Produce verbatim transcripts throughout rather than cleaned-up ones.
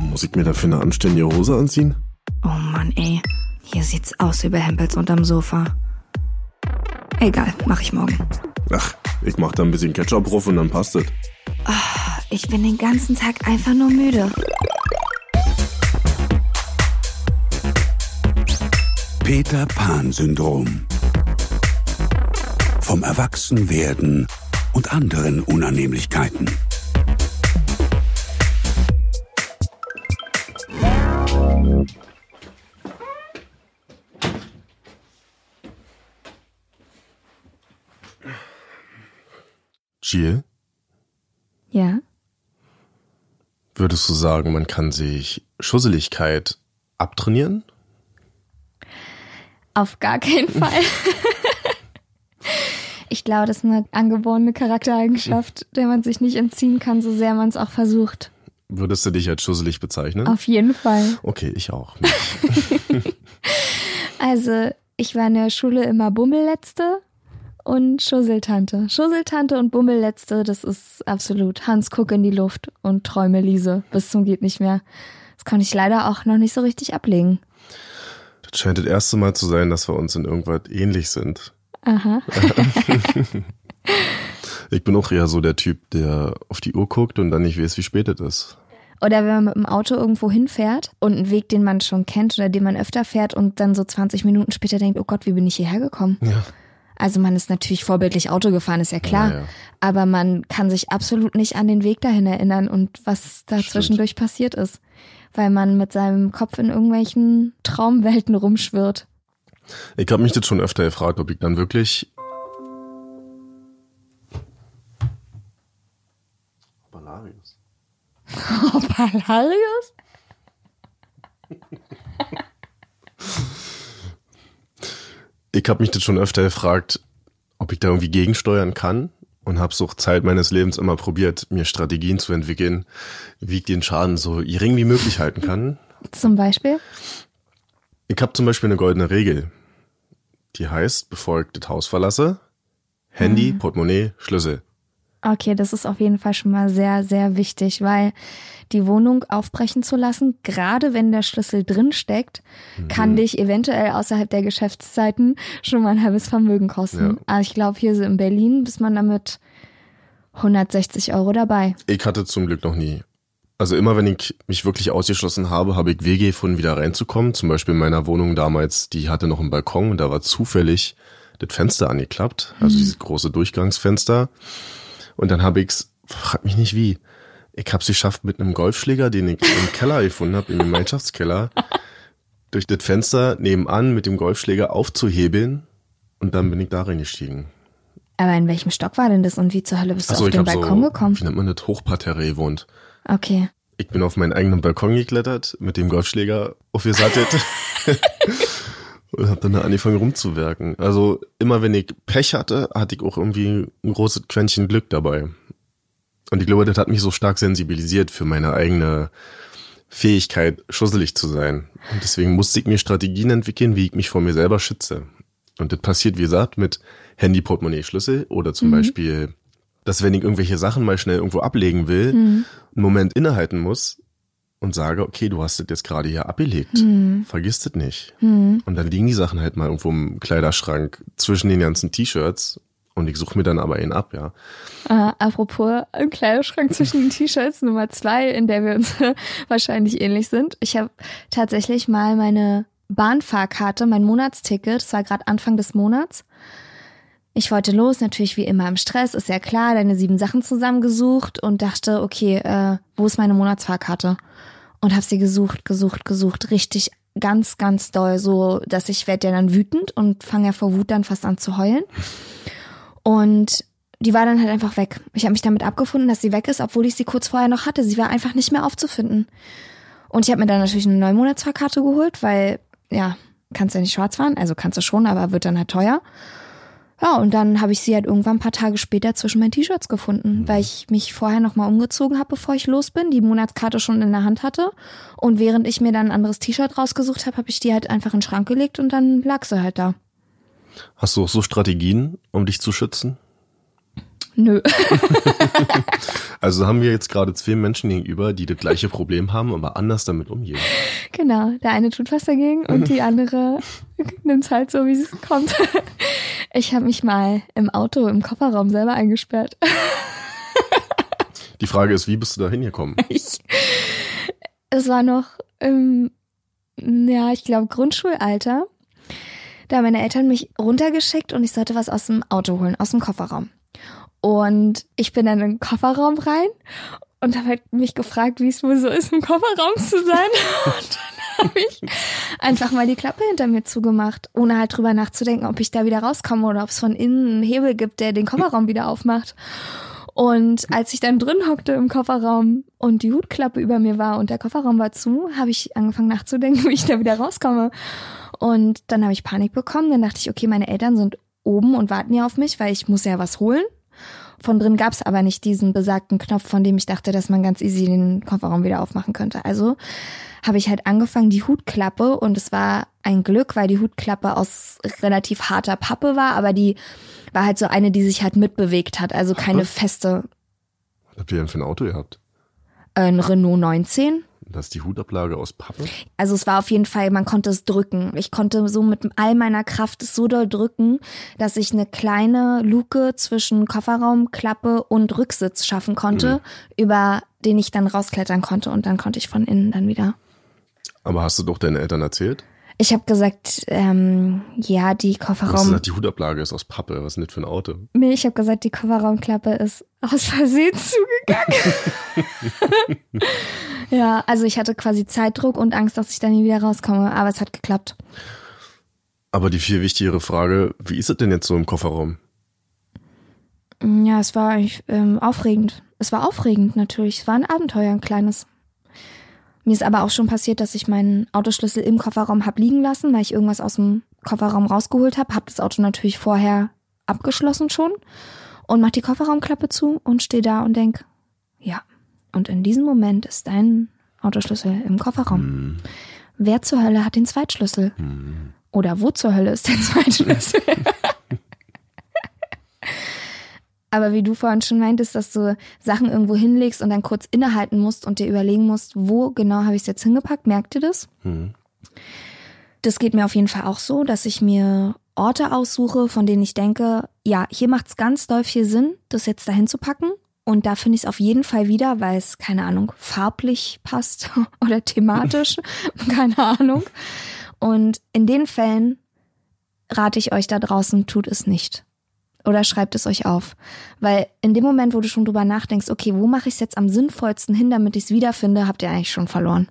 Muss ich mir dafür eine anständige Hose anziehen? Oh Mann, ey. Hier sieht's aus wie bei Hempels unterm Sofa. Egal, mach ich morgen. Ach, ich mach da ein bisschen Ketchup drauf und dann passt es. Oh, ich bin den ganzen Tag einfach nur müde. Peter-Pan-Syndrom. Vom Erwachsenwerden und anderen Unannehmlichkeiten. Jill? Ja? Würdest du sagen, man kann sich Schusseligkeit abtrainieren? Auf gar keinen Fall. Ich glaube, das ist eine angeborene Charaktereigenschaft, der man sich nicht entziehen kann, so sehr man es auch versucht. Würdest du dich als schusselig bezeichnen? Auf jeden Fall. Okay, ich auch. Also, ich war in der Schule immer Bummelletzte und Schusseltante. Schusseltante und Bummelletzte, das ist absolut Hans guck in die Luft und träume Liese bis zum geht nicht mehr. Das konnte ich leider auch noch nicht so richtig ablegen. Das scheint das erste Mal zu sein, dass wir uns in irgendwas ähnlich sind. Aha. Ich bin auch eher so der Typ, der auf die Uhr guckt und dann nicht weiß, wie spät es ist. Oder wenn man mit dem Auto irgendwo hinfährt und einen Weg, den man schon kennt oder den man öfter fährt und dann so zwanzig Minuten später denkt, oh Gott, wie bin ich hierher gekommen? Ja. Also man ist natürlich vorbildlich Auto gefahren, ist ja klar. Ja, ja. Aber man kann sich absolut nicht an den Weg dahin erinnern und was da Stimmt. zwischendurch passiert ist. Weil man mit seinem Kopf in irgendwelchen Traumwelten rumschwirrt. Ich habe mich das schon öfter gefragt, ob ich dann wirklich... Balarius. Oh, Palarius? Ich habe mich das schon öfter gefragt, ob ich da irgendwie gegensteuern kann und habe so Zeit meines Lebens immer probiert, mir Strategien zu entwickeln, wie ich den Schaden so gering wie möglich halten kann. Zum Beispiel? Ich habe zum Beispiel eine goldene Regel, die heißt, bevor ich das Haus verlasse, Handy, Portemonnaie, Schlüssel. Okay, das ist auf jeden Fall schon mal sehr, sehr wichtig, weil die Wohnung aufbrechen zu lassen, gerade wenn der Schlüssel drin steckt, mhm. kann dich eventuell außerhalb der Geschäftszeiten schon mal ein halbes Vermögen kosten. Ja. Also ich glaube, hier so in Berlin bist man damit hundertsechzig Euro dabei. Ich hatte zum Glück noch nie. Also immer wenn ich mich wirklich ausgeschlossen habe, habe ich Wege gefunden, wieder reinzukommen. Zum Beispiel in meiner Wohnung damals, die hatte noch einen Balkon und da war zufällig das Fenster angeklappt, also Mhm. dieses große Durchgangsfenster. Und dann habe ich's, frag mich nicht wie, ich hab's geschafft mit einem Golfschläger, den ich im Keller gefunden habe, im Gemeinschaftskeller, durch das Fenster nebenan mit dem Golfschläger aufzuhebeln und dann bin ich da reingestiegen. Aber in welchem Stock war denn das und wie zur Hölle bist du Achso, auf ich den habe Balkon so, gekommen? wie nennt man das, Hochparterre gewohnt. Okay. Ich bin auf meinen eigenen Balkon geklettert, mit dem Golfschläger aufgesattelt und habe dann da angefangen rumzuwerken. Also immer wenn ich Pech hatte, hatte ich auch irgendwie ein großes Quäntchen Glück dabei. Und ich glaube, das hat mich so stark sensibilisiert für meine eigene Fähigkeit, schusselig zu sein. Und deswegen musste ich mir Strategien entwickeln, wie ich mich vor mir selber schütze. Und das passiert, wie gesagt, mit Handy, Portemonnaie, Schlüssel oder zum mhm. Beispiel, dass wenn ich irgendwelche Sachen mal schnell irgendwo ablegen will, mhm. einen Moment innehalten muss und sage, okay, du hast das jetzt gerade hier abgelegt, mhm. vergiss das nicht. Mhm. Und dann liegen die Sachen halt mal irgendwo im Kleiderschrank zwischen den ganzen T-Shirts und ich suche mir dann aber einen ab, ja. Äh, apropos im Kleiderschrank zwischen den T-Shirts, Nummer zwei, in der wir uns wahrscheinlich ähnlich sind. Ich habe tatsächlich mal meine Bahnfahrkarte, mein Monatsticket, das war gerade Anfang des Monats. Ich wollte los, natürlich wie immer im Stress, ist ja klar, deine sieben Sachen zusammengesucht und dachte, okay, äh, wo ist meine Monatsfahrkarte? Und habe sie gesucht, gesucht, gesucht, richtig ganz, ganz doll, so dass ich werde ja dann wütend und fange ja vor Wut dann fast an zu heulen. Und die war dann halt einfach weg. Ich habe mich damit abgefunden, dass sie weg ist, obwohl ich sie kurz vorher noch hatte. Sie war einfach nicht mehr aufzufinden. Und ich habe mir dann natürlich eine neue Monatsfahrkarte geholt, weil, ja, kannst ja nicht schwarz fahren. Also kannst du schon, aber wird dann halt teuer. Ja, und dann habe ich sie halt irgendwann ein paar Tage später zwischen meinen T-Shirts gefunden, mhm. weil ich mich vorher nochmal umgezogen habe, bevor ich los bin, die Monatskarte schon in der Hand hatte. Und während ich mir dann ein anderes T-Shirt rausgesucht habe, habe ich die halt einfach in den Schrank gelegt und dann lag sie halt da. Hast du auch so Strategien, um dich zu schützen? Nö. Also haben wir jetzt gerade zwei Menschen gegenüber, die das gleiche Problem haben, aber anders damit umgehen. Genau, der eine tut was dagegen und die andere nimmt es halt so, wie es kommt. Ich habe mich mal im Auto, im Kofferraum selber eingesperrt. Die Frage ist, wie bist du da hingekommen? Ich, es war noch im, ja, ich glaube Grundschulalter. Da haben meine Eltern mich runtergeschickt und ich sollte was aus dem Auto holen, aus dem Kofferraum. Und ich bin dann in den Kofferraum rein und habe halt mich gefragt, wie es wohl so ist, im Kofferraum zu sein. Und dann habe ich einfach mal die Klappe hinter mir zugemacht, ohne halt drüber nachzudenken, ob ich da wieder rauskomme oder ob es von innen einen Hebel gibt, der den Kofferraum wieder aufmacht. Und als ich dann drin hockte im Kofferraum und die Hutklappe über mir war und der Kofferraum war zu, habe ich angefangen nachzudenken, wie ich da wieder rauskomme. Und dann habe ich Panik bekommen. Dann dachte ich, okay, meine Eltern sind oben und warten ja auf mich, weil ich muss ja was holen. Von drin gab es aber nicht diesen besagten Knopf, von dem ich dachte, dass man ganz easy den Kofferraum wieder aufmachen könnte. Also habe ich halt angefangen, die Hutklappe, und es war ein Glück, weil die Hutklappe aus relativ harter Pappe war, aber die war halt so eine, die sich halt mitbewegt hat, also keine feste. Was habt ihr denn für ein Auto gehabt? Ein Renault neunzehn. Das ist die Hutablage aus Pappe? Also es war auf jeden Fall, man konnte es drücken. Ich konnte so mit all meiner Kraft es so doll drücken, dass ich eine kleine Luke zwischen Kofferraumklappe und Rücksitz schaffen konnte, mhm. über den ich dann rausklettern konnte, und dann konnte ich von innen dann wieder. Aber hast du doch deinen Eltern erzählt? Ich habe gesagt, ähm, ja, die Kofferraum... Du hast gesagt, die Hutablage ist aus Pappe. Was ist denn das für ein Auto? Nee, ich habe gesagt, die Kofferraumklappe ist aus Versehen zugegangen. Ja, also ich hatte quasi Zeitdruck und Angst, dass ich da nie wieder rauskomme, aber es hat geklappt. Aber die viel wichtigere Frage, wie ist es denn jetzt so im Kofferraum? Ja, es war eigentlich ähm, aufregend. Es war aufregend natürlich. Es war ein Abenteuer, ein kleines. Mir ist aber auch schon passiert, dass ich meinen Autoschlüssel im Kofferraum habe liegen lassen, weil ich irgendwas aus dem Kofferraum rausgeholt habe. Habe das Auto natürlich vorher abgeschlossen schon und mach die Kofferraumklappe zu und stehe da und denk, ja, und in diesem Moment ist dein Autoschlüssel im Kofferraum. Hm. Wer zur Hölle hat den Zweitschlüssel? Hm. Oder wo zur Hölle ist der Zweitschlüssel? Aber wie du vorhin schon meintest, dass du Sachen irgendwo hinlegst und dann kurz innehalten musst und dir überlegen musst, wo genau habe ich es jetzt hingepackt, merkt ihr das? Mhm. Das geht mir auf jeden Fall auch so, dass ich mir Orte aussuche, von denen ich denke, ja, hier macht es ganz doll viel Sinn, das jetzt dahin zu packen. Und da finde ich es auf jeden Fall wieder, weil es, keine Ahnung, farblich passt oder thematisch, keine Ahnung. Und in den Fällen rate ich euch da draußen, tut es nicht. Oder schreibt es euch auf. Weil in dem Moment, wo du schon drüber nachdenkst, okay, wo mache ich es jetzt am sinnvollsten hin, damit ich es wiederfinde, habt ihr eigentlich schon verloren.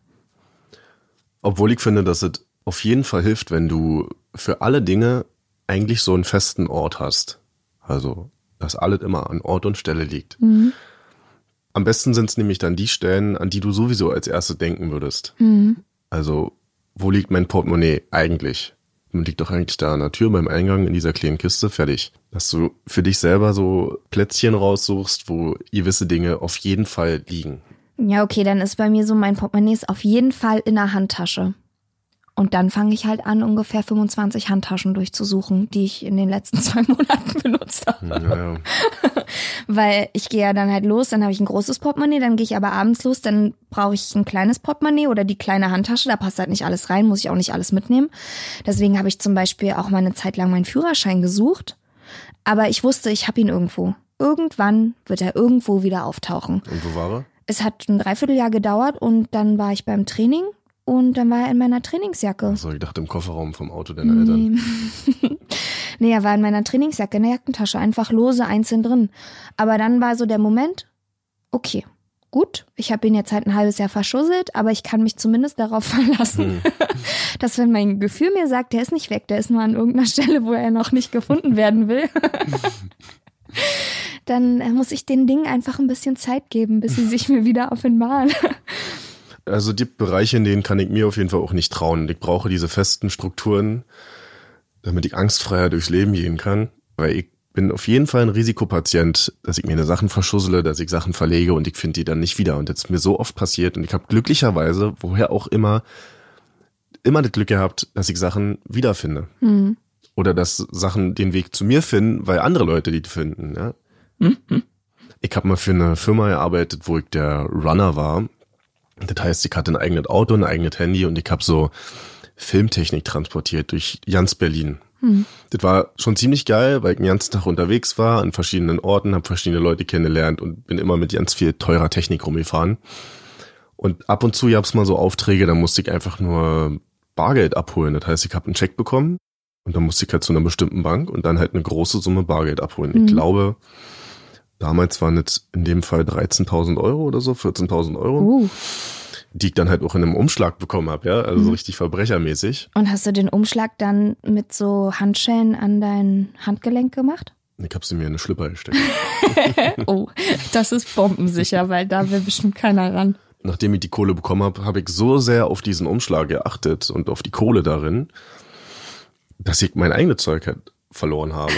Obwohl ich finde, dass es auf jeden Fall hilft, wenn du für alle Dinge eigentlich so einen festen Ort hast. Also, dass alles immer an Ort und Stelle liegt. Mhm. Am besten sind es nämlich dann die Stellen, an die du sowieso als erste denken würdest. Mhm. Also, wo liegt mein Portemonnaie eigentlich? Man liegt doch eigentlich da an der Tür beim Eingang in dieser kleinen Kiste, fertig. Dass du für dich selber so Plätzchen raussuchst, wo gewisse Dinge auf jeden Fall liegen. Ja, okay, dann ist bei mir so, mein Portemonnaie ist auf jeden Fall in der Handtasche. Und dann fange ich halt an, ungefähr fünfundzwanzig Handtaschen durchzusuchen, die ich in den letzten zwei Monaten benutzt habe. Naja. Weil ich gehe ja dann halt los, dann habe ich ein großes Portemonnaie, dann gehe ich aber abends los, dann brauche ich ein kleines Portemonnaie oder die kleine Handtasche, da passt halt nicht alles rein, muss ich auch nicht alles mitnehmen. Deswegen habe ich zum Beispiel auch mal eine Zeit lang meinen Führerschein gesucht, aber ich wusste, ich habe ihn irgendwo. Irgendwann wird er irgendwo wieder auftauchen. Und wo war er? Es hat ein Dreivierteljahr gedauert und dann war ich beim Training. Und dann war er in meiner Trainingsjacke. Achso, ich dachte im Kofferraum vom Auto deiner Eltern. Nee. Nee, er war in meiner Trainingsjacke, in der Jackentasche, einfach lose, einzeln drin. Aber dann war so der Moment, okay, gut, ich habe ihn jetzt halt ein halbes Jahr verschusselt, aber ich kann mich zumindest darauf verlassen, hm. dass wenn mein Gefühl mir sagt, der ist nicht weg, der ist nur an irgendeiner Stelle, wo er noch nicht gefunden werden will, dann muss ich den Dingen einfach ein bisschen Zeit geben, bis sie sich mir wieder offenbaren. Also die Bereiche, in denen kann ich mir auf jeden Fall auch nicht trauen. Ich brauche diese festen Strukturen, damit ich angstfreier durchs Leben gehen kann. Weil ich bin auf jeden Fall ein Risikopatient, dass ich mir eine Sachen verschussele, dass ich Sachen verlege und ich finde die dann nicht wieder. Und das ist mir so oft passiert. Und ich habe glücklicherweise, woher auch immer, immer das Glück gehabt, dass ich Sachen wiederfinde. Mhm. Oder dass Sachen den Weg zu mir finden, weil andere Leute die finden. Ja? Mhm. Ich habe mal für eine Firma gearbeitet, wo ich der Runner war. Das heißt, ich hatte ein eigenes Auto, ein eigenes Handy und ich habe so Filmtechnik transportiert durch ganz Berlin. Mhm. Das war schon ziemlich geil, weil ich den ganzen Tag unterwegs war, an verschiedenen Orten, habe verschiedene Leute kennengelernt und bin immer mit ganz viel teurer Technik rumgefahren. Und ab und zu gab's mal so Aufträge, da musste ich einfach nur Bargeld abholen. Das heißt, ich habe einen Check bekommen und dann musste ich halt zu einer bestimmten Bank und dann halt eine große Summe Bargeld abholen. Mhm. Ich glaube, damals waren es in dem Fall dreizehntausend Euro oder so, vierzehntausend Euro, Uh. die ich dann halt auch in einem Umschlag bekommen habe, ja, also so Mhm. richtig verbrechermäßig. Und hast du den Umschlag dann mit so Handschellen an dein Handgelenk gemacht? Ich habe sie mir in eine Schlüpper gesteckt. Oh, das ist bombensicher, weil da will bestimmt keiner ran. Nachdem ich die Kohle bekommen habe, habe ich so sehr auf diesen Umschlag geachtet und auf die Kohle darin, dass ich mein eigenes Zeug halt verloren habe.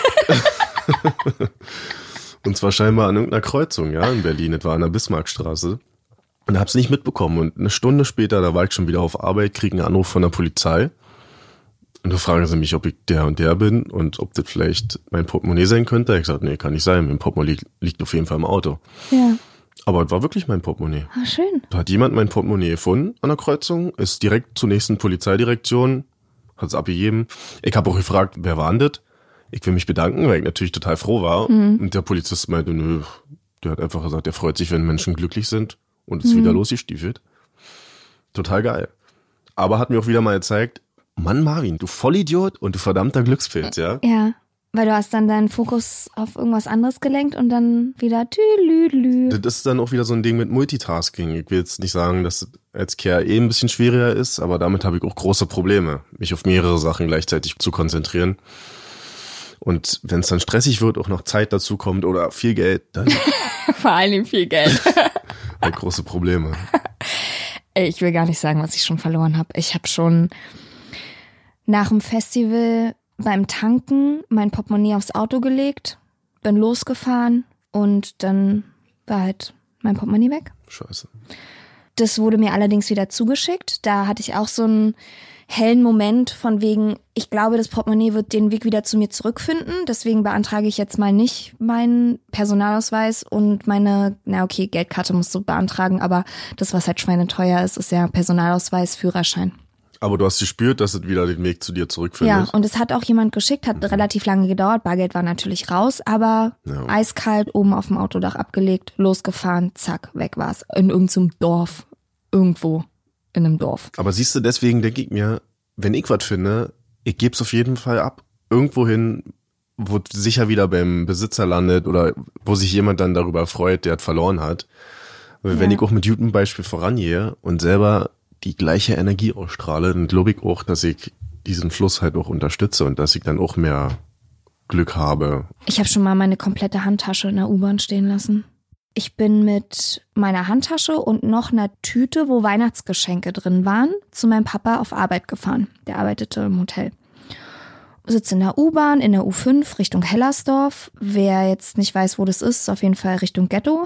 Und zwar scheinbar an irgendeiner Kreuzung, ja, in Berlin. Das war an der Bismarckstraße. Und hab's nicht mitbekommen. Und eine Stunde später, da war ich schon wieder auf Arbeit, kriege einen Anruf von der Polizei. Und da fragen sie mich, ob ich der und der bin und ob das vielleicht mein Portemonnaie sein könnte. Ich gesagt, nee, kann nicht sein. Mein Portemonnaie liegt auf jeden Fall im Auto. Ja. Aber es war wirklich mein Portemonnaie. Ah, schön. Da hat jemand mein Portemonnaie gefunden an der Kreuzung, ist direkt zur nächsten Polizeidirektion, hat es abgegeben. Ich habe auch gefragt, wer war denn das? Ich will mich bedanken, weil ich natürlich total froh war. Mhm. Und der Polizist meinte, nö, der hat einfach gesagt, der freut sich, wenn Menschen glücklich sind und ist Mhm. wieder losgestiefelt. Total geil. Aber hat mir auch wieder mal gezeigt, Mann Marvin, du Vollidiot und du verdammter Glückspilz, ja? Ja, weil du hast dann deinen Fokus auf irgendwas anderes gelenkt und dann wieder tülülü. Das ist dann auch wieder so ein Ding mit Multitasking. Ich will jetzt nicht sagen, dass es als Kerl eh ein bisschen schwieriger ist, aber damit habe ich auch große Probleme, mich auf mehrere Sachen gleichzeitig zu konzentrieren. Und wenn es dann stressig wird, auch noch Zeit dazu kommt oder viel Geld, dann Vor allem viel Geld. halt große Probleme. Ey, ich will gar nicht sagen, was ich schon verloren habe. Ich habe schon nach dem Festival beim Tanken mein Portemonnaie aufs Auto gelegt, bin losgefahren und dann war halt mein Portemonnaie weg. Scheiße. Das wurde mir allerdings wieder zugeschickt. Da hatte ich auch so einen hellen Moment von wegen, ich glaube, das Portemonnaie wird den Weg wieder zu mir zurückfinden. Deswegen beantrage ich jetzt mal nicht meinen Personalausweis und meine, na okay, Geldkarte musst du beantragen, aber das, was halt schweineteuer ist, ist ja Personalausweis, Führerschein. Aber du hast gespürt, dass es wieder den Weg zu dir zurückfindet. Ja, und es hat auch jemand geschickt, hat relativ lange gedauert. Bargeld war natürlich raus, aber Ja. eiskalt oben auf dem Autodach abgelegt, losgefahren, zack, weg war's. In irgendeinem Dorf. Irgendwo in einem Dorf. Aber siehst du, deswegen denke ich mir, wenn ich was finde, ich gebe es auf jeden Fall ab. Irgendwo hin, wo es sicher wieder beim Besitzer landet oder wo sich jemand dann darüber freut, der es verloren hat. Weil wenn Ja. ich auch mit gutem Beispiel vorangehe und selber die gleiche Energie ausstrahle, dann glaube ich auch, dass ich diesen Fluss halt auch unterstütze und dass ich dann auch mehr Glück habe. Ich habe schon mal meine komplette Handtasche in der U-Bahn stehen lassen. Ich bin mit meiner Handtasche und noch einer Tüte, wo Weihnachtsgeschenke drin waren, zu meinem Papa auf Arbeit gefahren. Der arbeitete im Hotel. Sitze in der U-Bahn, in der U fünf, Richtung Hellersdorf. Wer jetzt nicht weiß, wo das ist, ist auf jeden Fall Richtung Ghetto.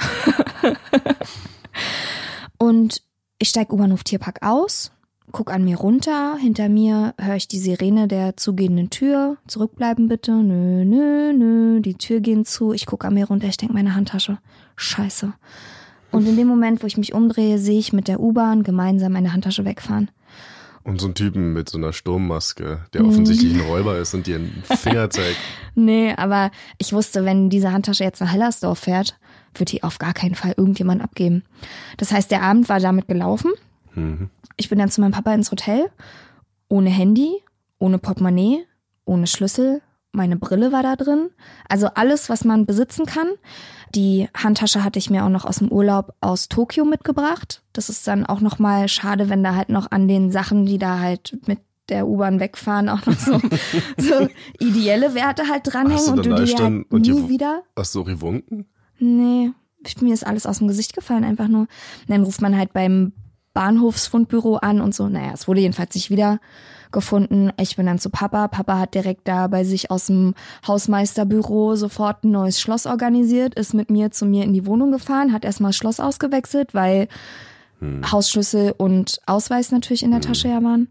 Und ich steige U-Bahnhof Tierpark aus, guck an mir runter. Hinter mir höre ich die Sirene der zugehenden Tür. Zurückbleiben bitte. Nö, nö, nö. Die Tür gehen zu. Ich guck an mir runter. Ich denke, meine Handtasche. Scheiße. Und in dem Moment, wo ich mich umdrehe, sehe ich mit der U-Bahn gemeinsam meine Handtasche wegfahren. Und so ein Typen mit so einer Sturmmaske, der offensichtlich ein Räuber ist und dir einen Finger zeigt. Nee, aber ich wusste, wenn diese Handtasche jetzt nach Hellersdorf fährt, wird die auf gar keinen Fall irgendjemand abgeben. Das heißt, der Abend war damit gelaufen. Mhm. Ich bin dann zu meinem Papa ins Hotel, ohne Handy, ohne Portemonnaie, ohne Schlüssel. Meine Brille war da drin. Also alles, was man besitzen kann. Die Handtasche hatte ich mir auch noch aus dem Urlaub aus Tokio mitgebracht. Das ist dann auch nochmal schade, wenn da halt noch an den Sachen, die da halt mit der U-Bahn wegfahren, auch noch so, so ideelle Werte halt dranhängen Hast du und dann du da die gestanden halt und nie dir- wieder... Hast du gewunken? Nee, mir ist alles aus dem Gesicht gefallen, einfach nur. Und dann ruft man halt beim Bahnhofsfundbüro an und so. Naja, es wurde jedenfalls nicht wieder gefunden. Ich bin dann zu Papa. Papa hat direkt da bei sich aus dem Hausmeisterbüro sofort ein neues Schloss organisiert, ist mit mir zu mir in die Wohnung gefahren, hat erstmal das Schloss ausgewechselt, weil Hm. Hausschlüssel und Ausweis natürlich in der Tasche ja waren.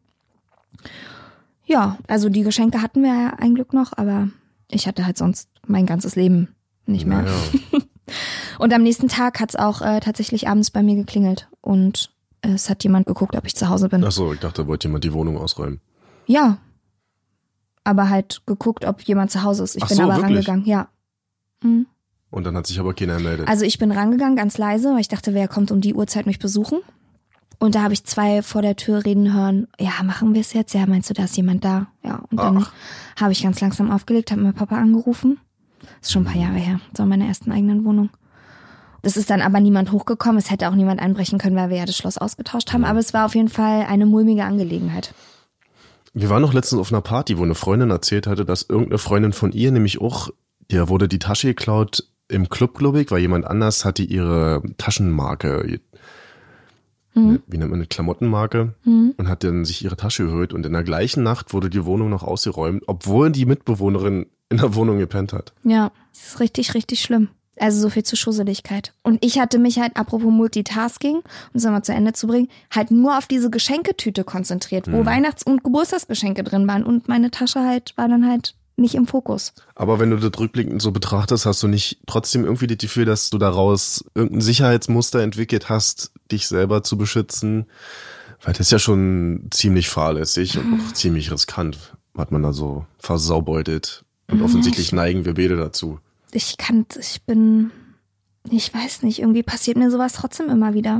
Ja, also die Geschenke hatten wir ja ein Glück noch, aber ich hatte halt sonst mein ganzes Leben nicht mehr. Naja. Und am nächsten Tag hat's auch äh, tatsächlich abends bei mir geklingelt und äh, es hat jemand geguckt, ob ich zu Hause bin. Ach so, ich dachte, da wollte jemand die Wohnung ausräumen. Ja, aber halt geguckt, ob jemand zu Hause ist. Ich Ach bin so, aber wirklich? rangegangen, ja. Mhm. Und dann hat sich aber keiner gemeldet. Also ich bin rangegangen, ganz leise, weil ich dachte, wer kommt um die Uhrzeit mich besuchen? Und da habe ich zwei vor der Tür reden hören. Ja, machen wir es jetzt? Ja, meinst du, da ist jemand da? Ja, und dann Ach. habe ich ganz langsam aufgelegt, habe meinen Papa angerufen. Das ist schon ein paar Jahre her, so in meiner ersten eigenen Wohnung. Es ist dann aber niemand hochgekommen. Es hätte auch niemand einbrechen können, weil wir ja das Schloss ausgetauscht haben. Aber es war auf jeden Fall eine mulmige Angelegenheit. Wir waren noch letztens auf einer Party, wo eine Freundin erzählt hatte, dass irgendeine Freundin von ihr nämlich auch, der wurde die Tasche geklaut im Club, glaube ich, weil jemand anders hatte ihre Taschenmarke, Mhm. wie nennt man eine Klamottenmarke, Mhm. und hat dann sich ihre Tasche geholt und in der gleichen Nacht wurde die Wohnung noch ausgeräumt, obwohl die Mitbewohnerin in der Wohnung gepennt hat. Ja, das ist richtig, richtig schlimm. Also so viel zu Schusseligkeit. Und ich hatte mich halt, apropos Multitasking, um es nochmal zu Ende zu bringen, halt nur auf diese Geschenketüte konzentriert, wo Mhm. Weihnachts- und Geburtstagsgeschenke drin waren. Und meine Tasche halt war dann halt nicht im Fokus. Aber wenn du das rückblickend so betrachtest, hast du nicht trotzdem irgendwie das Gefühl, dass du daraus irgendein Sicherheitsmuster entwickelt hast, dich selber zu beschützen? Weil das ist ja schon ziemlich fahrlässig und auch ziemlich riskant, was man da so versaubeutelt. Und offensichtlich neigen wir beide dazu. Ich kann, ich bin, ich weiß nicht, irgendwie passiert mir sowas trotzdem immer wieder.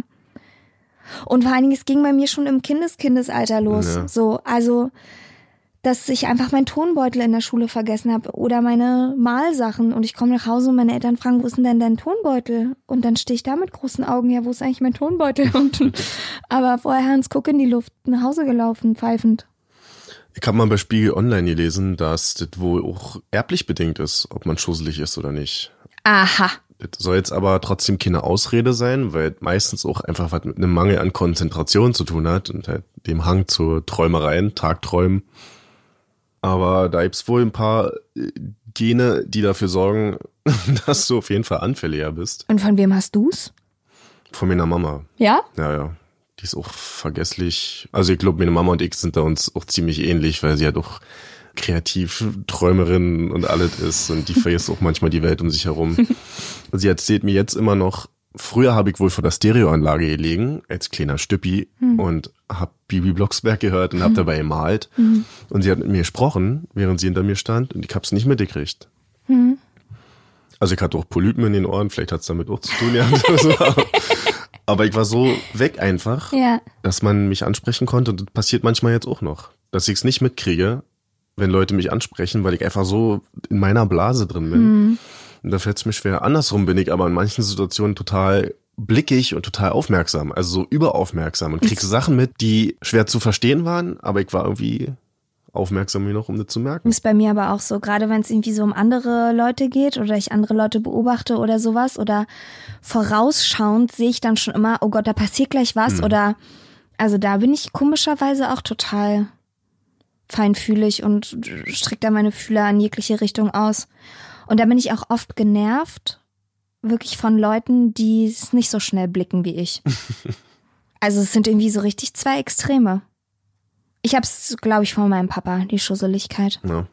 Und vor allen Dingen, es ging bei mir schon im Kindes-Kindesalter los. Ja. So, also, dass ich einfach meinen Tonbeutel in der Schule vergessen habe oder meine Malsachen und ich komme nach Hause und meine Eltern fragen, wo ist denn dein Tonbeutel? Und dann stehe ich da mit großen Augen, ja, wo ist eigentlich mein Tonbeutel? Und, aber vorher Hans Guck in die Luft, nach Hause gelaufen, pfeifend. Ich habe mal bei Spiegel Online gelesen, dass das wohl auch erblich bedingt ist, ob man schusselig ist oder nicht. Aha. Das soll jetzt aber trotzdem keine Ausrede sein, weil meistens auch einfach was mit einem Mangel an Konzentration zu tun hat und halt dem Hang zu Träumereien, Tagträumen. Aber da gibt's wohl ein paar äh, Gene, die dafür sorgen, dass du auf jeden Fall anfälliger bist. Und von wem hast du's? Von meiner Mama. Ja? Ja, ja. Die ist auch vergesslich. Also ich glaube, meine Mama und ich sind da uns auch ziemlich ähnlich, weil sie ja doch kreativ Träumerin und alles ist und die vergisst auch manchmal die Welt um sich herum. Sie erzählt mir jetzt immer noch, früher habe ich wohl vor der Stereoanlage gelegen, als kleiner Stüppi, hm. und habe Bibi Blocksberg gehört und habe hm. dabei gemalt. Hm. Und sie hat mit mir gesprochen, während sie hinter mir stand, und ich habe es nicht mitgekriegt. Hm. Also ich hatte auch Polypen in den Ohren, vielleicht hat es damit auch zu tun, ja. Aber ich war so weg einfach, ja. dass man mich ansprechen konnte. Und das passiert manchmal jetzt auch noch, dass ich es nicht mitkriege, wenn Leute mich ansprechen, weil ich einfach so in meiner Blase drin bin. Mhm. Und da fällt es mir schwer. Andersrum bin ich aber in manchen Situationen total blickig und total aufmerksam, also so überaufmerksam und krieg Sachen mit, die schwer zu verstehen waren, aber ich war irgendwie aufmerksam genug, um das zu merken. Ist bei mir aber auch so, gerade wenn es irgendwie so um andere Leute geht oder ich andere Leute beobachte oder sowas oder vorausschauend sehe ich dann schon immer, oh Gott, da passiert gleich was, mhm. oder also da bin ich komischerweise auch total feinfühlig und strecke da meine Fühler in jegliche Richtung aus. Und da bin ich auch oft genervt, wirklich von Leuten, die es nicht so schnell blicken wie ich. Also es sind irgendwie so richtig zwei Extreme. Ich hab's, glaube ich, von meinem Papa, die Schusseligkeit. Ja.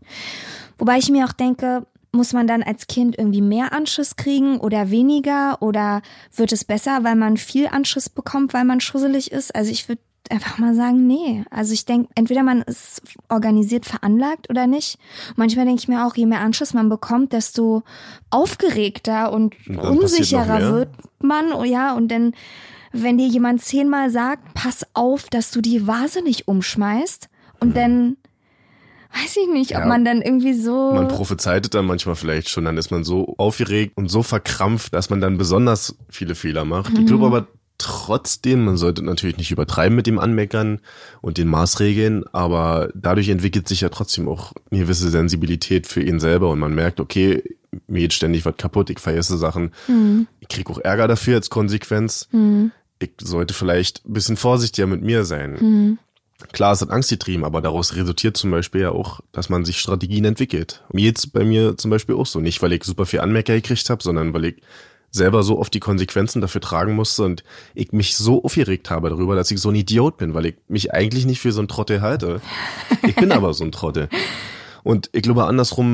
Wobei ich mir auch denke, muss man dann als Kind irgendwie mehr Anschiss kriegen oder weniger? Oder wird es besser, weil man viel Anschiss bekommt, weil man schusselig ist? Also ich würde einfach mal sagen, nee. Also ich denke, entweder man ist organisiert veranlagt oder nicht. Manchmal denke ich mir auch, je mehr Anschiss man bekommt, desto aufgeregter und, und unsicherer wird man. Ja, und dann, wenn dir jemand zehnmal sagt, pass auf, dass du die Vase nicht umschmeißt, und mhm. dann weiß ich nicht, ob ja, man dann irgendwie so... Man prophezeitet dann manchmal vielleicht schon, dann ist man so aufgeregt und so verkrampft, dass man dann besonders viele Fehler macht. Mhm. Ich glaube aber trotzdem, man sollte natürlich nicht übertreiben mit dem Anmeckern und den Maßregeln, aber dadurch entwickelt sich ja trotzdem auch eine gewisse Sensibilität für ihn selber und man merkt, okay, mir geht ständig was kaputt, ich vergesse Sachen, mhm. ich kriege auch Ärger dafür als Konsequenz. Mhm. Ich sollte vielleicht ein bisschen vorsichtiger mit mir sein. Mhm. Klar, es hat Angst getrieben, aber daraus resultiert zum Beispiel ja auch, dass man sich Strategien entwickelt. Mir jetzt bei mir zum Beispiel auch so. Nicht, weil ich super viel Anmerker gekriegt habe, sondern weil ich selber so oft die Konsequenzen dafür tragen musste und ich mich so aufgeregt habe darüber, dass ich so ein Idiot bin, weil ich mich eigentlich nicht für so einen Trottel halte. Ich bin aber so ein Trottel. Und ich glaube, andersrum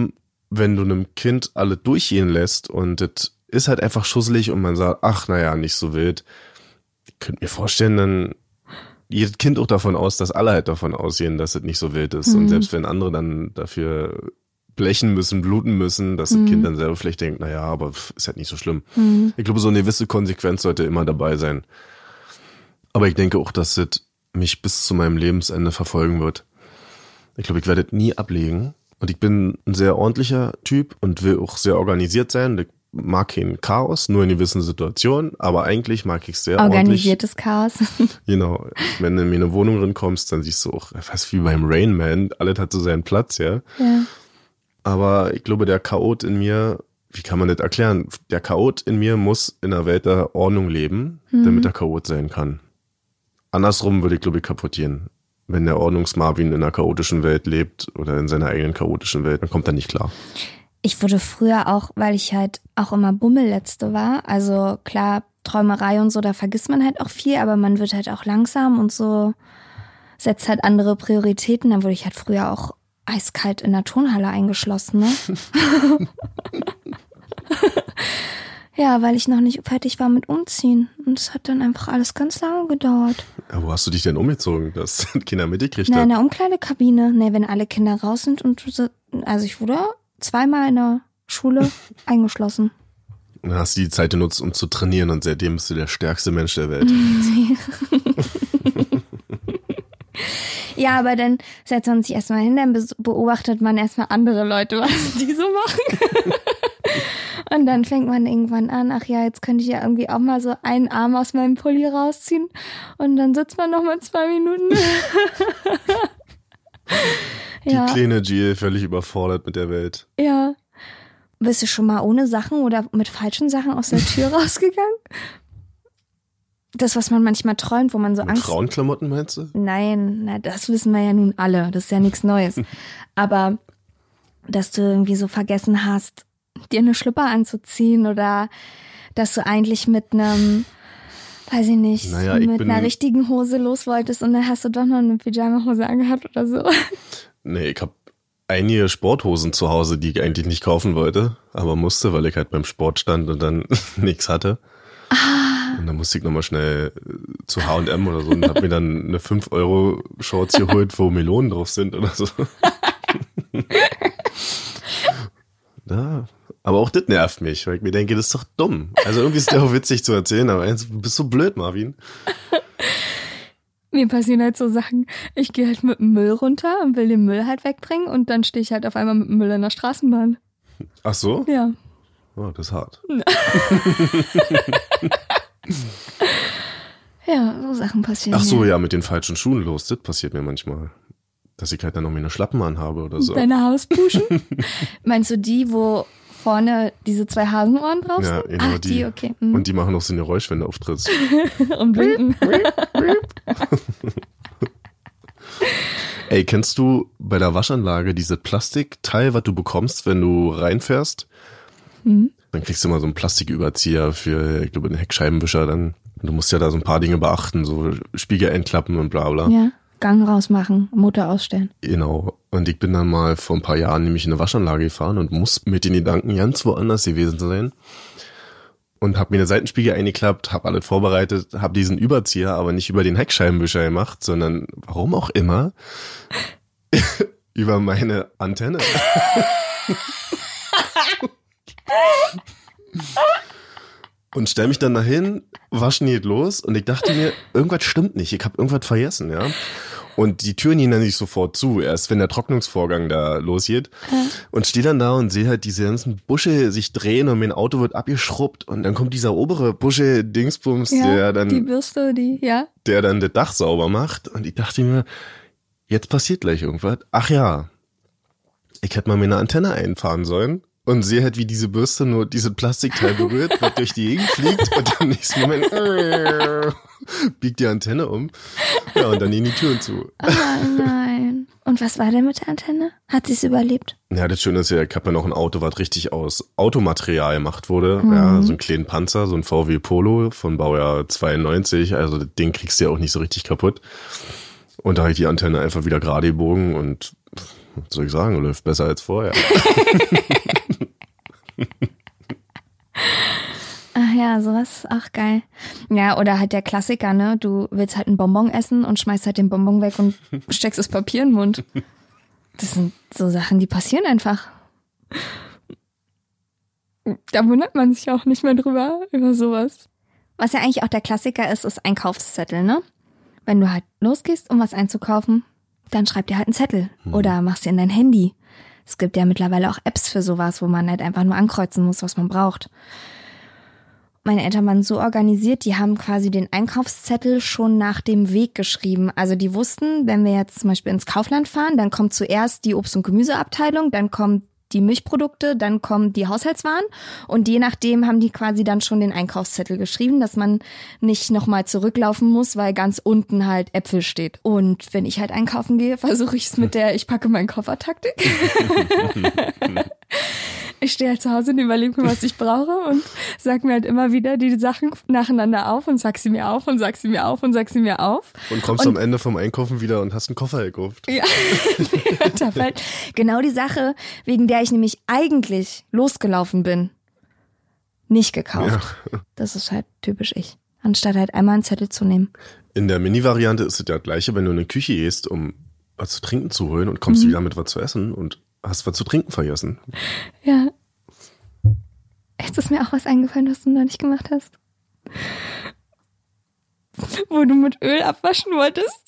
wenn du einem Kind alle durchgehen lässt und das ist halt einfach schusselig und man sagt, ach naja, nicht so wild. Ich könnte mir vorstellen, dann jedes Kind auch davon aus, dass alle halt davon ausgehen, dass es nicht so wild ist. Mhm. Und selbst wenn andere dann dafür blechen müssen, bluten müssen, dass mhm. das Kind dann selber vielleicht denkt, naja, aber ist halt nicht so schlimm. Mhm. Ich glaube, so eine gewisse Konsequenz sollte immer dabei sein. Aber ich denke auch, dass es mich bis zu meinem Lebensende verfolgen wird. Ich glaube, ich werde es nie ablegen. Und ich bin ein sehr ordentlicher Typ und will auch sehr organisiert sein. Ich mag kein Chaos, nur in gewissen Situationen, aber eigentlich mag ich es sehr Organisiertes ordentlich. Chaos. Genau. Wenn du in eine Wohnung reinkommst, dann siehst du auch, fast wie beim Rain Man, alles hat so seinen Platz, ja. Ja. Aber ich glaube, der Chaot in mir, wie kann man das erklären? Der Chaot in mir muss in der Welt der Ordnung leben, mhm. damit er Chaot sein kann. Andersrum würde ich, glaube ich, kaputtieren. Wenn der Ordnungs-Marvin in einer chaotischen Welt lebt oder in seiner eigenen chaotischen Welt, dann kommt er nicht klar. Ich wurde früher auch, weil ich halt auch immer Bummelletzte war, also klar, Träumerei und so, da vergisst man halt auch viel, aber man wird halt auch langsam und so, setzt halt andere Prioritäten. Dann wurde ich halt früher auch eiskalt in der Turnhalle eingeschlossen, ne? Ja, weil ich noch nicht fertig war mit Umziehen. Und es hat dann einfach alles ganz lange gedauert. Ja, wo hast du dich denn umgezogen, dass Kinder mitgekriegt Na, hat? in der Umkleidekabine. Ne, wenn alle Kinder raus sind und du so, also ich wurde zweimal in der Schule eingeschlossen. Und dann hast du die Zeit genutzt, um zu trainieren und seitdem bist du der stärkste Mensch der Welt. Ja, aber dann setzt man sich erstmal hin, dann beobachtet man erstmal andere Leute, was die so machen. Und dann fängt man irgendwann an, ach ja, jetzt könnte ich ja irgendwie auch mal so einen Arm aus meinem Pulli rausziehen. Und dann sitzt man noch mal zwei Minuten. Die ja. kleine Jill völlig überfordert mit der Welt. Ja. Bist du schon mal ohne Sachen oder mit falschen Sachen aus der Tür rausgegangen? Das, was man manchmal träumt, wo man so mit Angst... Frauenklamotten meinst du? Nein, na, das wissen wir ja nun alle. Das ist ja nichts Neues. Aber dass du irgendwie so vergessen hast, dir eine Schlüpper anzuziehen oder dass du eigentlich mit einem, weiß ich nicht, naja, ich mit bin, einer richtigen Hose los wolltest und dann hast du doch noch eine Pyjama-Hose angehabt oder so. Nee, ich habe einige Sporthosen zu Hause, die ich eigentlich nicht kaufen wollte, aber musste, weil ich halt beim Sport stand und dann nichts hatte. Ah. Und dann musste ich nochmal schnell zu H und M oder so und hab mir dann eine fünf Euro Shorts geholt, wo Melonen drauf sind oder so. Ja, aber auch das nervt mich, weil ich mir denke, das ist doch dumm. Also irgendwie ist der auch witzig zu erzählen, aber du bist so blöd, Marvin. Mir passieren halt so Sachen, ich gehe halt mit dem Müll runter und will den Müll halt wegbringen und dann stehe ich halt auf einmal mit dem Müll in der Straßenbahn. Ach so? Ja. Oh, das ist hart. Ja, so Sachen passieren. Ach so, ja. ja, mit den falschen Schuhen los, das passiert mir manchmal. Dass ich halt dann noch meine Schlappen anhabe oder so. Deine Hauspuschen? Meinst du die, wo vorne diese zwei Hasenohren drauf sind? Ja, genau. Ach, die, die okay. Mhm. Und die machen auch so ein Geräusch, wenn du auftrittst. Und blinken. Ey, kennst du bei der Waschanlage dieses Plastikteil, was du bekommst, wenn du reinfährst? Mhm. Dann kriegst du immer so einen Plastiküberzieher für, ich glaube, einen Heckscheibenwischer dann. Und du musst ja da so ein paar Dinge beachten, so Spiegel einklappen und bla bla. Ja. Gang rausmachen, Motor ausstellen. Genau. Und ich bin dann mal vor ein paar Jahren nämlich in eine Waschanlage gefahren und muss mit den Gedanken ganz woanders gewesen sein. Und hab mir eine Seitenspiegel eingeklappt, hab alles vorbereitet, hab diesen Überzieher aber nicht über den Heckscheibenwischer gemacht, sondern, warum auch immer, über meine Antenne. Und stell mich dann dahin, waschen geht los und ich dachte mir, irgendwas stimmt nicht, ich habe irgendwas vergessen, ja. Und die Türen gehen dann nicht sofort zu, erst wenn der Trocknungsvorgang da losgeht. Ja. Und stehe dann da und sehe halt diese ganzen Busche sich drehen und mein Auto wird abgeschrubbt und dann kommt dieser obere Busche-Dingsbums, ja, der dann die Bürste, die, ja. der dann das Dach sauber macht. Und ich dachte mir, jetzt passiert gleich irgendwas. Ach ja, ich hätte mal meine Antenne einfahren sollen. Und sehe halt, wie diese Bürste nur diese Plastikteil berührt, was durch die Gegend fliegt und im nächsten Moment äh, biegt die Antenne um. Ja, und dann gehen die Türen zu. Oh nein. Und was war denn mit der Antenne? Hat sie es überlebt? Ja, das Schöne ist ja, ich habe ja noch ein Auto, was richtig aus Automaterial gemacht wurde. Mhm. Ja, so einen kleinen Panzer, so ein V W Polo von Baujahr zweiundneunzig. Also das Ding kriegst du ja auch nicht so richtig kaputt. Und da habe ich die Antenne einfach wieder gerade gebogen und was soll ich sagen, läuft besser als vorher. Ach ja, sowas ist auch geil. Ja, oder halt der Klassiker, ne? Du willst halt einen Bonbon essen und schmeißt halt den Bonbon weg und steckst das Papier in den Mund. Das sind so Sachen, die passieren einfach. Da wundert man sich auch nicht mehr drüber, über sowas. Was ja eigentlich auch der Klassiker ist, ist Einkaufszettel, ne? Wenn du halt losgehst, um was einzukaufen, dann schreib dir halt einen Zettel oder machst dir in dein Handy. Es gibt ja mittlerweile auch Apps für sowas, wo man halt einfach nur ankreuzen muss, was man braucht. Meine Eltern waren so organisiert, die haben quasi den Einkaufszettel schon nach dem Weg geschrieben. Also die wussten, wenn wir jetzt zum Beispiel ins Kaufland fahren, dann kommt zuerst die Obst- und Gemüseabteilung, dann kommt die Milchprodukte, dann kommen die Haushaltswaren und je nachdem haben die quasi dann schon den Einkaufszettel geschrieben, dass man nicht nochmal zurücklaufen muss, weil ganz unten halt Äpfel steht. Und wenn ich halt einkaufen gehe, versuche ich es mit der Ich packe meinen Koffer-Taktik. Ich stehe halt zu Hause und überlege mir, was ich brauche und sag mir halt immer wieder die Sachen nacheinander auf und sag sie mir auf und sag sie mir auf und sag sie mir auf. Und kommst und, am Ende vom Einkaufen wieder und hast einen Koffer gekauft. Ja, da fällt genau die Sache, wegen der ich nämlich eigentlich losgelaufen bin, nicht gekauft. Ja. Das ist halt typisch ich, anstatt halt einmal einen Zettel zu nehmen. In der Mini-Variante ist es ja das Gleiche, wenn du in die Küche gehst, um was zu trinken zu holen und kommst mhm. wieder mit was zu essen und hast was zu trinken vergessen. Ja. Jetzt ist mir auch was eingefallen, was du noch nicht gemacht hast. Wo du mit Öl abwaschen wolltest.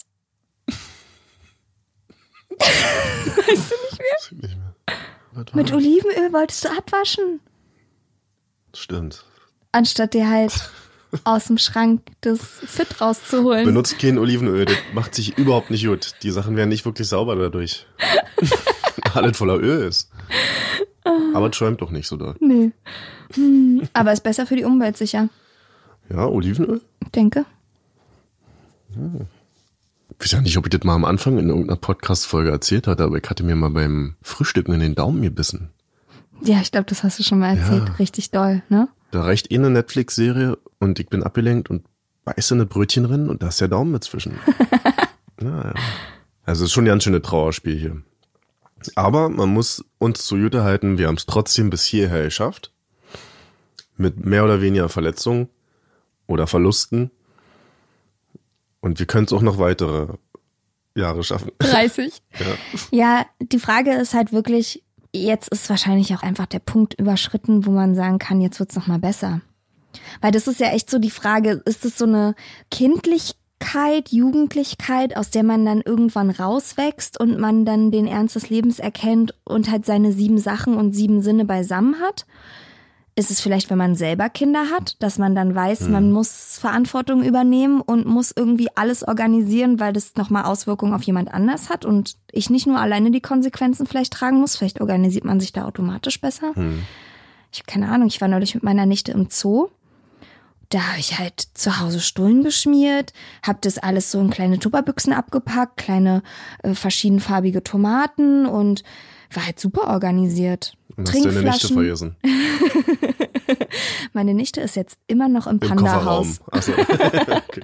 Weißt du nicht mehr? Weiß ich nicht mehr. Mit Olivenöl wolltest du abwaschen. Stimmt. Anstatt dir halt aus dem Schrank das Fit rauszuholen. Benutzt kein Olivenöl, das macht sich überhaupt nicht gut. Die Sachen werden nicht wirklich sauber dadurch. Alles voller Öl ist. Aber es schäumt doch nicht so da. Nee. Hm, aber ist besser für die Umwelt sicher. Ja, Olivenöl? Ich denke. Hm. Ich weiß ja nicht, ob ich das mal am Anfang in irgendeiner Podcast-Folge erzählt hatte, aber ich hatte mir mal beim Frühstücken in den Daumen gebissen. Ja, ich glaube, das hast du schon mal erzählt. Ja. Richtig doll, ne? Da reicht eh eine Netflix-Serie und ich bin abgelenkt und beiße in das Brötchen drin und da ist der Daumen dazwischen. Naja. Also es ist schon ein ganz schönes Trauerspiel hier. Aber man muss uns zugute halten, wir haben es trotzdem bis hierher geschafft. Mit mehr oder weniger Verletzungen oder Verlusten. Und wir können es auch noch weitere Jahre schaffen. dreißig. Ja. Ja, die Frage ist halt wirklich, jetzt ist wahrscheinlich auch einfach der Punkt überschritten, wo man sagen kann, jetzt wird's noch mal besser. Weil das ist ja echt so die Frage, ist es so eine Kindlichkeit, Jugendlichkeit, aus der man dann irgendwann rauswächst und man dann den Ernst des Lebens erkennt und halt seine sieben Sachen und sieben Sinne beisammen hat? Ist es vielleicht, wenn man selber Kinder hat, dass man dann weiß, hm. man muss Verantwortung übernehmen und muss irgendwie alles organisieren, weil das nochmal Auswirkungen auf jemand anders hat und ich nicht nur alleine die Konsequenzen vielleicht tragen muss. Vielleicht organisiert man sich da automatisch besser. Hm. Ich habe keine Ahnung, ich war neulich mit meiner Nichte im Zoo. Da habe ich halt zu Hause Stullen geschmiert, habe das alles so in kleine Tupperbüchsen abgepackt, kleine äh, verschiedenfarbige Tomaten und war halt super organisiert. Und hast deine Nichte vergessen? Meine Nichte ist jetzt immer noch im, Im Panda-Haus. Achso. Okay.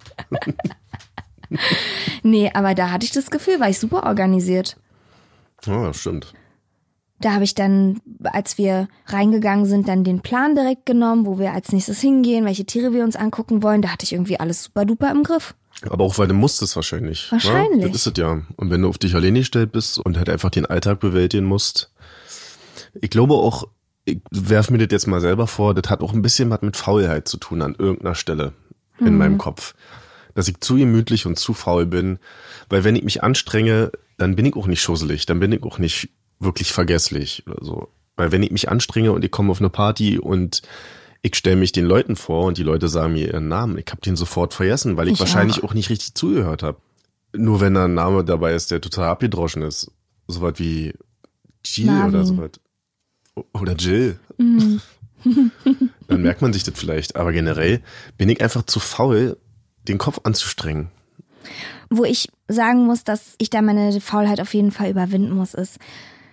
Nee, aber da hatte ich das Gefühl, war ich super organisiert. Ja, stimmt. Da habe ich dann, als wir reingegangen sind, dann den Plan direkt genommen, wo wir als nächstes hingehen, welche Tiere wir uns angucken wollen. Da hatte ich irgendwie alles super duper im Griff. Aber auch, weil du musstest wahrscheinlich. Wahrscheinlich. Ja, das ist es ja. Und wenn du auf dich alleine gestellt bist und halt einfach den Alltag bewältigen musst. Ich glaube auch, ich werf mir das jetzt mal selber vor, das hat auch ein bisschen was mit Faulheit zu tun an irgendeiner Stelle in hm. meinem Kopf. Dass ich zu gemütlich und zu faul bin. Weil wenn ich mich anstrenge, dann bin ich auch nicht schusselig, dann bin ich auch nicht wirklich vergesslich oder so. Weil wenn ich mich anstrenge und ich komme auf eine Party und ich stelle mich den Leuten vor und die Leute sagen mir ihren Namen, ich habe den sofort vergessen, weil ich, ich wahrscheinlich auch. auch nicht richtig zugehört habe. Nur wenn da ein Name dabei ist, der total abgedroschen ist. Sowas wie Jill Marvin. Oder sowas. Oder Jill. Mm. Dann merkt man sich das vielleicht. Aber generell bin ich einfach zu faul, den Kopf anzustrengen. Wo ich sagen muss, dass ich da meine Faulheit auf jeden Fall überwinden muss, ist,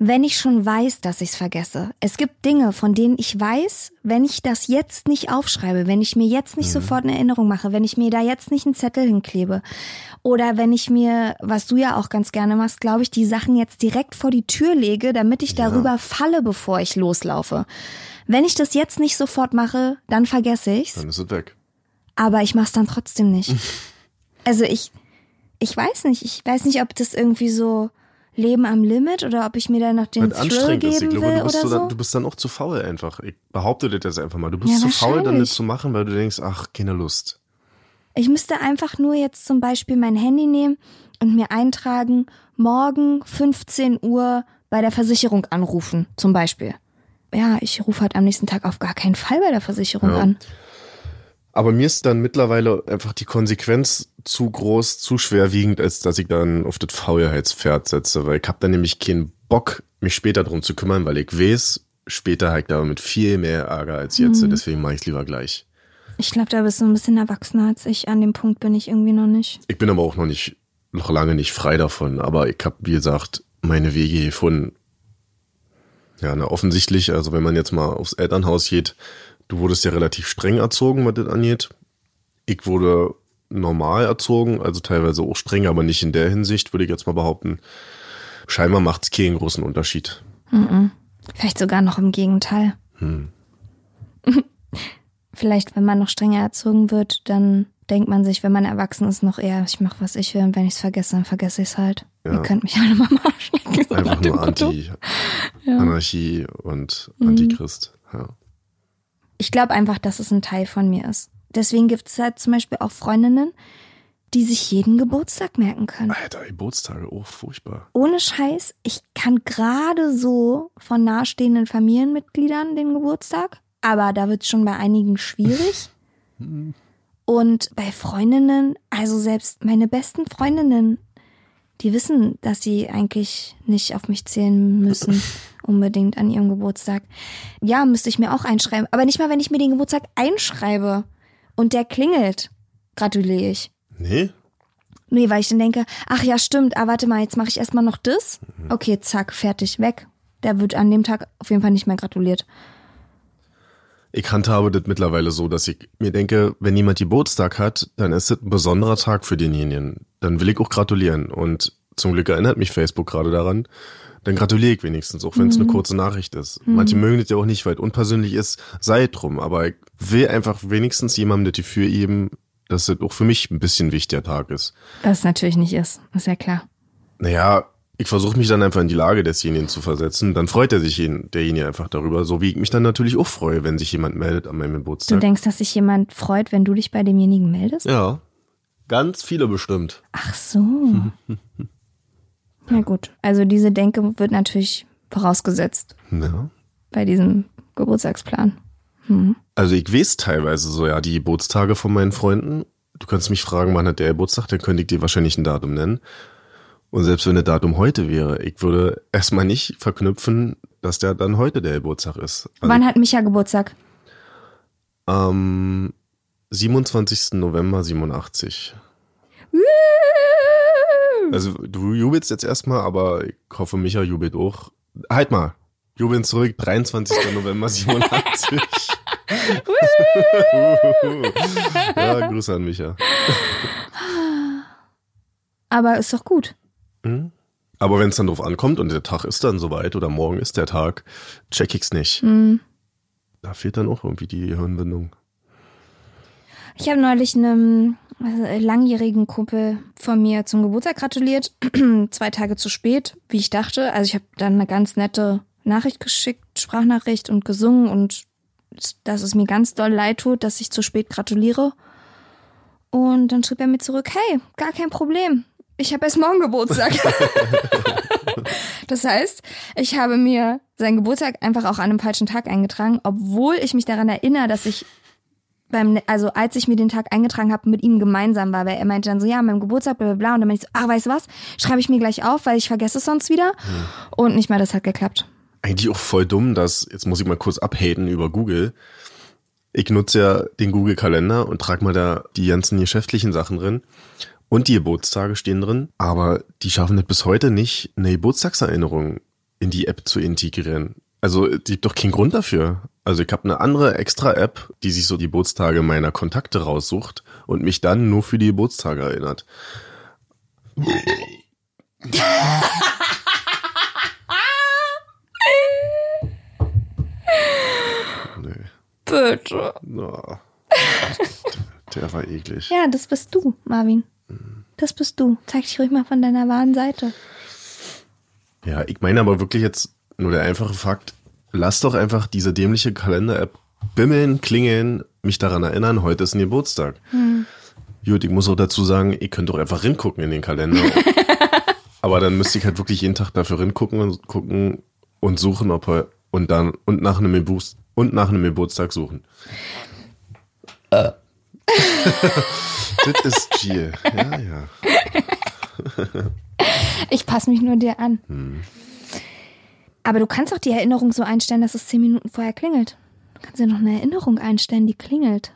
wenn ich schon weiß, dass ich es vergesse. Es gibt Dinge, von denen ich weiß, wenn ich das jetzt nicht aufschreibe, wenn ich mir jetzt nicht mhm. sofort eine Erinnerung mache, wenn ich mir da jetzt nicht einen Zettel hinklebe oder wenn ich mir, was du ja auch ganz gerne machst, glaube ich, die Sachen jetzt direkt vor die Tür lege, damit ich darüber ja. falle, bevor ich loslaufe. Wenn ich das jetzt nicht sofort mache, dann vergesse ich's. Dann ist es weg. Aber ich mach's dann trotzdem nicht. Also ich, ich weiß nicht, ich weiß nicht, ob das irgendwie so Leben am Limit oder ob ich mir da noch den Thrill geben ist. Ich glaube, will du bist oder so. so. Dann, du bist dann auch zu faul einfach. Ich behaupte dir das einfach mal. Du bist ja, zu faul, dann das zu machen, weil du denkst, ach, keine Lust. Ich müsste einfach nur jetzt zum Beispiel mein Handy nehmen und mir eintragen, morgen fünfzehn Uhr bei der Versicherung anrufen, zum Beispiel. Ja, ich rufe halt am nächsten Tag auf gar keinen Fall bei der Versicherung ja. an. Aber mir ist dann mittlerweile einfach die Konsequenz zu groß, zu schwerwiegend, als dass ich dann auf das Faulheitspferd setze, weil ich habe dann nämlich keinen Bock, mich später drum zu kümmern, weil ich weiß, später habe ich damit viel mehr Ärger als jetzt, mhm. deswegen mache ich es lieber gleich. Ich glaube, da bist du ein bisschen erwachsener als ich. An dem Punkt bin ich irgendwie noch nicht. Ich bin aber auch noch nicht, noch lange nicht frei davon, aber ich habe, wie gesagt, meine Wege gefunden. Ja, na offensichtlich, also wenn man jetzt mal aufs Elternhaus geht, du wurdest ja relativ streng erzogen, was das angeht. Ich wurde normal erzogen, also teilweise auch streng, aber nicht in der Hinsicht, würde ich jetzt mal behaupten. Scheinbar macht es keinen großen Unterschied. Mhm. Vielleicht sogar noch im Gegenteil. Hm. Vielleicht, wenn man noch strenger erzogen wird, dann denkt man sich, wenn man erwachsen ist, noch eher, ich mache, was ich will und wenn ich es vergesse, dann vergesse ich es halt. Ja. Ihr könnt mich alle mal arschlecken. So einfach nur Anti, ja. Anarchie und mhm. Antichrist. Ja. Ich glaube einfach, dass es ein Teil von mir ist. Deswegen gibt es halt zum Beispiel auch Freundinnen, die sich jeden Geburtstag merken können. Alter, Geburtstage, oh, furchtbar. Ohne Scheiß, ich kann gerade so von nahestehenden Familienmitgliedern den Geburtstag, aber da wird es schon bei einigen schwierig. Und bei Freundinnen, also selbst meine besten Freundinnen, die wissen, dass sie eigentlich nicht auf mich zählen müssen, unbedingt an ihrem Geburtstag. Ja, müsste ich mir auch einschreiben. Aber nicht mal, wenn ich mir den Geburtstag einschreibe und der klingelt, gratuliere ich. Nee? Nee, weil ich dann denke, ach ja, stimmt, ah, warte mal, jetzt mache ich erstmal noch das. Okay, zack, fertig, weg. Der wird an dem Tag auf jeden Fall nicht mehr gratuliert. Ich handhabe das mittlerweile so, dass ich mir denke, wenn jemand Geburtstag hat, dann ist das ein besonderer Tag für denjenigen. Dann will ich auch gratulieren. Und zum Glück erinnert mich Facebook gerade daran. Dann gratuliere ich wenigstens, auch wenn es mhm. eine kurze Nachricht ist. Mhm. Manche mögen das ja auch nicht, weil es unpersönlich ist, sei es drum. Aber ich will einfach wenigstens jemandem das Gefühl geben, dass das auch für mich ein bisschen wichtiger Tag ist. Was es natürlich nicht ist, ist ja klar. Naja, ich versuche mich dann einfach in die Lage desjenigen zu versetzen. Dann freut er sich derjenige einfach darüber, so wie ich mich dann natürlich auch freue, wenn sich jemand meldet an meinem Geburtstag. Du denkst, dass sich jemand freut, wenn du dich bei demjenigen meldest? Ja, ganz viele bestimmt. Ach so. Na gut, also diese Denke wird natürlich vorausgesetzt. Ja. Bei diesem Geburtstagsplan. Hm. Also ich weiß teilweise so, ja, die Geburtstage von meinen Freunden. Du kannst mich fragen, wann hat der Geburtstag, dann könnte ich dir wahrscheinlich ein Datum nennen. Und selbst wenn das Datum heute wäre, ich würde erstmal nicht verknüpfen, dass der dann heute der Geburtstag ist. Also wann hat Micha Geburtstag? Am siebenundzwanzigsten November siebenundachtzig. Also du jubelst jetzt erstmal, aber ich hoffe, Micha jubelt auch. Halt mal, jubeln zurück, dreiundzwanzigsten November siebenundachtzig. Ja, Grüße an Micha. Aber ist doch gut. Mhm. Aber wenn es dann drauf ankommt und der Tag ist dann soweit oder morgen ist der Tag, check ich's nicht. Mhm. Da fehlt dann auch irgendwie die Hirnwindung. Ich habe neulich einem langjährigen Kumpel von mir zum Geburtstag gratuliert. Zwei Tage zu spät, wie ich dachte. Also ich habe dann eine ganz nette Nachricht geschickt, Sprachnachricht und gesungen und dass es mir ganz doll leid tut, dass ich zu spät gratuliere. Und dann schrieb er mir zurück, hey, gar kein Problem. Ich habe erst morgen Geburtstag. Das heißt, ich habe mir seinen Geburtstag einfach auch an einem falschen Tag eingetragen, obwohl ich mich daran erinnere, dass ich beim, also als ich mir den Tag eingetragen habe, mit ihm gemeinsam war, weil er meinte dann so, ja, meinem Geburtstag, bla bla bla. Und dann meinte ich so, ach, weißt du was, schreibe ich mir gleich auf, weil ich vergesse es sonst wieder. Hm. Und nicht mal das hat geklappt. Eigentlich auch voll dumm, dass, jetzt muss ich mal kurz abhaten über Google. Ich nutze ja den Google-Kalender und trage mal da die ganzen geschäftlichen Sachen drin. Und die Geburtstage stehen drin, aber die schaffen es bis heute nicht, eine Geburtstagserinnerung in die App zu integrieren. Also, die gibt doch keinen Grund dafür. Also, ich habe eine andere extra App, die sich so die Geburtstage meiner Kontakte raussucht und mich dann nur für die Geburtstage erinnert. Nee. Bitte. Oh. Der war eklig. Ja, das bist du, Marvin. Das bist du. Zeig dich ruhig mal von deiner wahren Seite. Ja, ich meine aber wirklich jetzt nur der einfache Fakt, lass doch einfach diese dämliche Kalender-App bimmeln, klingeln, mich daran erinnern, heute ist ein Geburtstag. Hm. Gut, ich muss auch dazu sagen, ihr könnt doch einfach ringucken in den Kalender. Aber dann müsste ich halt wirklich jeden Tag dafür ringucken und gucken und suchen, ob er und dann und nach einem Geburtstag und nach einem Geburtstag suchen. Äh. Das ist Giel. Ja, ja. Ich passe mich nur dir an. Hm. Aber du kannst auch die Erinnerung so einstellen, dass es zehn Minuten vorher klingelt. Du kannst dir noch eine Erinnerung einstellen, die klingelt.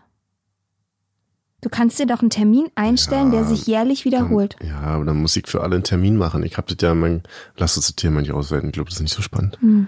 Du kannst dir doch einen Termin einstellen, ja, der sich jährlich wiederholt. Dann, ja, aber dann muss ich für alle einen Termin machen. Ich hab das ja, mein, lass uns das Thema nicht ausweiten. Ich glaube, das ist nicht so spannend. Hm.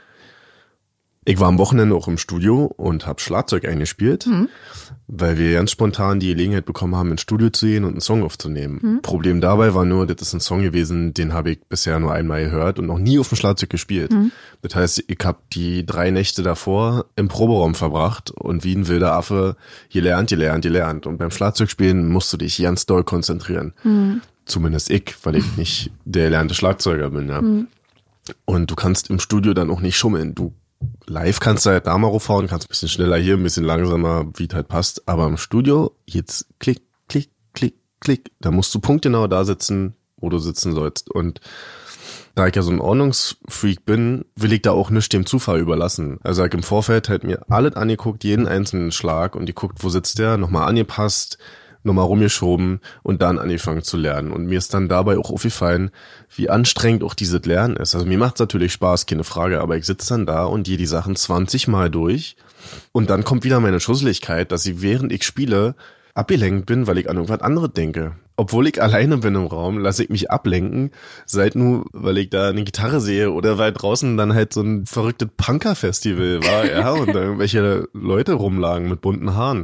Ich war am Wochenende auch im Studio und habe Schlagzeug eingespielt, mhm. weil wir ganz spontan die Gelegenheit bekommen haben, ins Studio zu gehen und einen Song aufzunehmen. Mhm. Problem dabei war nur, das ist ein Song gewesen, den habe ich bisher nur einmal gehört und noch nie auf dem Schlagzeug gespielt. Mhm. Das heißt, ich habe die drei Nächte davor im Proberaum verbracht und wie ein wilder Affe gelernt, gelernt, gelernt. Und beim Schlagzeugspielen musst du dich ganz doll konzentrieren. Mhm. Zumindest ich, weil ich nicht der gelernte Schlagzeuger bin. Ja. Mhm. Und du kannst im Studio dann auch nicht schummeln. Du live kannst du halt da mal raufhauen, kannst ein bisschen schneller hier, ein bisschen langsamer, wie es halt passt. Aber im Studio, jetzt klick, klick, klick, klick. Da musst du punktgenau da sitzen, wo du sitzen sollst. Und da ich ja so ein Ordnungsfreak bin, will ich da auch nichts dem Zufall überlassen. Also ich im Vorfeld halt mir alles angeguckt, jeden einzelnen Schlag und geguckt, wo sitzt der, nochmal angepasst, nochmal rumgeschoben und dann angefangen zu lernen. Und mir ist dann dabei auch aufgefallen, wie anstrengend auch dieses Lernen ist. Also mir macht es natürlich Spaß, keine Frage, aber ich sitze dann da und gehe die Sachen zwanzig Mal durch und dann kommt wieder meine Schusseligkeit, dass ich während ich spiele abgelenkt bin, weil ich an irgendwas anderes denke. Obwohl ich alleine bin im Raum, lasse ich mich ablenken, seit nur, weil ich da eine Gitarre sehe oder weil draußen dann halt so ein verrücktes Punker-Festival war, ja, und da irgendwelche Leute rumlagen mit bunten Haaren.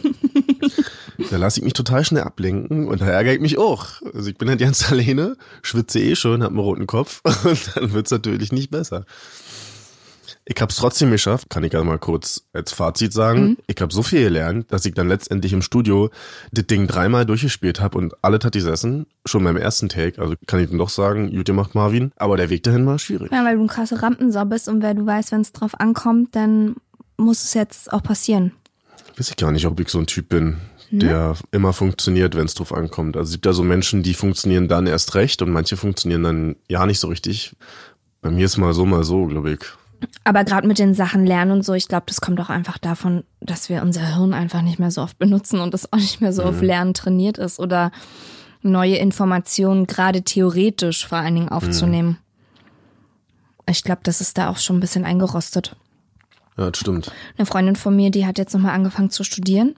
Da lasse ich mich total schnell ablenken und da ärgere ich mich auch. Also ich bin halt ganz alleine, schwitze eh schon, hab einen roten Kopf und dann wird's natürlich nicht besser. Ich hab's trotzdem geschafft, kann ich ja mal kurz als Fazit sagen. Mhm. Ich habe so viel gelernt, dass ich dann letztendlich im Studio das Ding dreimal durchgespielt habe und alles hat gesessen, schon beim ersten Take. Also kann ich dann doch sagen, gut gemacht, Marvin. Aber der Weg dahin war schwierig. Ja, weil du ein krasser Rampensau bist und weil du weißt, wenn es drauf ankommt, dann muss es jetzt auch passieren. Weiß ich gar nicht, ob ich so ein Typ bin, der hm. immer funktioniert, wenn es drauf ankommt. Also es gibt ja so Menschen, die funktionieren dann erst recht und manche funktionieren dann ja nicht so richtig. Bei mir ist mal so, mal so, glaube ich. Aber gerade mit den Sachen lernen und so, ich glaube, das kommt auch einfach davon, dass wir unser Hirn einfach nicht mehr so oft benutzen und das auch nicht mehr so mhm. auf Lernen trainiert ist oder neue Informationen gerade theoretisch vor allen Dingen aufzunehmen. Mhm. Ich glaube, das ist da auch schon ein bisschen eingerostet. Ja, das stimmt. Eine Freundin von mir, die hat jetzt nochmal angefangen zu studieren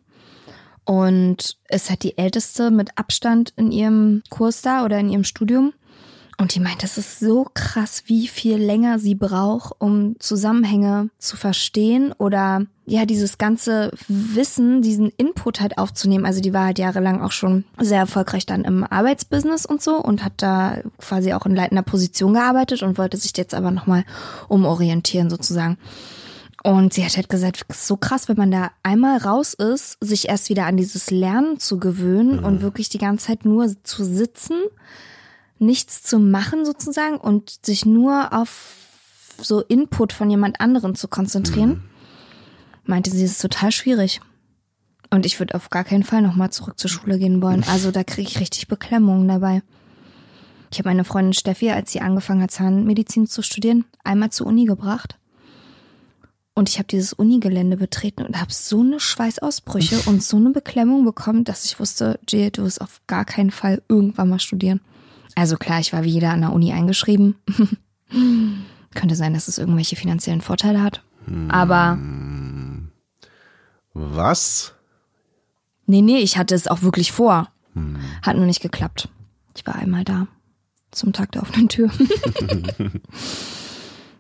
und ist halt die Älteste mit Abstand in ihrem Kurs da oder in ihrem Studium. Und die meint, das ist so krass, wie viel länger sie braucht, um Zusammenhänge zu verstehen oder ja, dieses ganze Wissen, diesen Input halt aufzunehmen. Also die war halt jahrelang auch schon sehr erfolgreich dann im Arbeitsbusiness und so und hat da quasi auch in leitender Position gearbeitet und wollte sich jetzt aber nochmal umorientieren sozusagen. Und sie hat halt gesagt, es ist so krass, wenn man da einmal raus ist, sich erst wieder an dieses Lernen zu gewöhnen mhm. und wirklich die ganze Zeit nur zu sitzen, nichts zu machen sozusagen und sich nur auf so Input von jemand anderen zu konzentrieren, mhm. meinte sie, es ist total schwierig. Und ich würde auf gar keinen Fall nochmal zurück zur Schule gehen wollen. Also da kriege ich richtig Beklemmungen dabei. Ich habe meine Freundin Steffi, als sie angefangen hat, Zahnmedizin zu studieren, einmal zur Uni gebracht. Und ich habe dieses Unigelände betreten und habe so eine Schweißausbrüche und so eine Beklemmung bekommen, dass ich wusste, Jill, du wirst auf gar keinen Fall irgendwann mal studieren. Also klar, ich war wie jeder an der Uni eingeschrieben. Könnte sein, dass es irgendwelche finanziellen Vorteile hat. Aber... Was? Nee, nee, ich hatte es auch wirklich vor. Hat nur nicht geklappt. Ich war einmal da. Zum Tag der offenen Tür.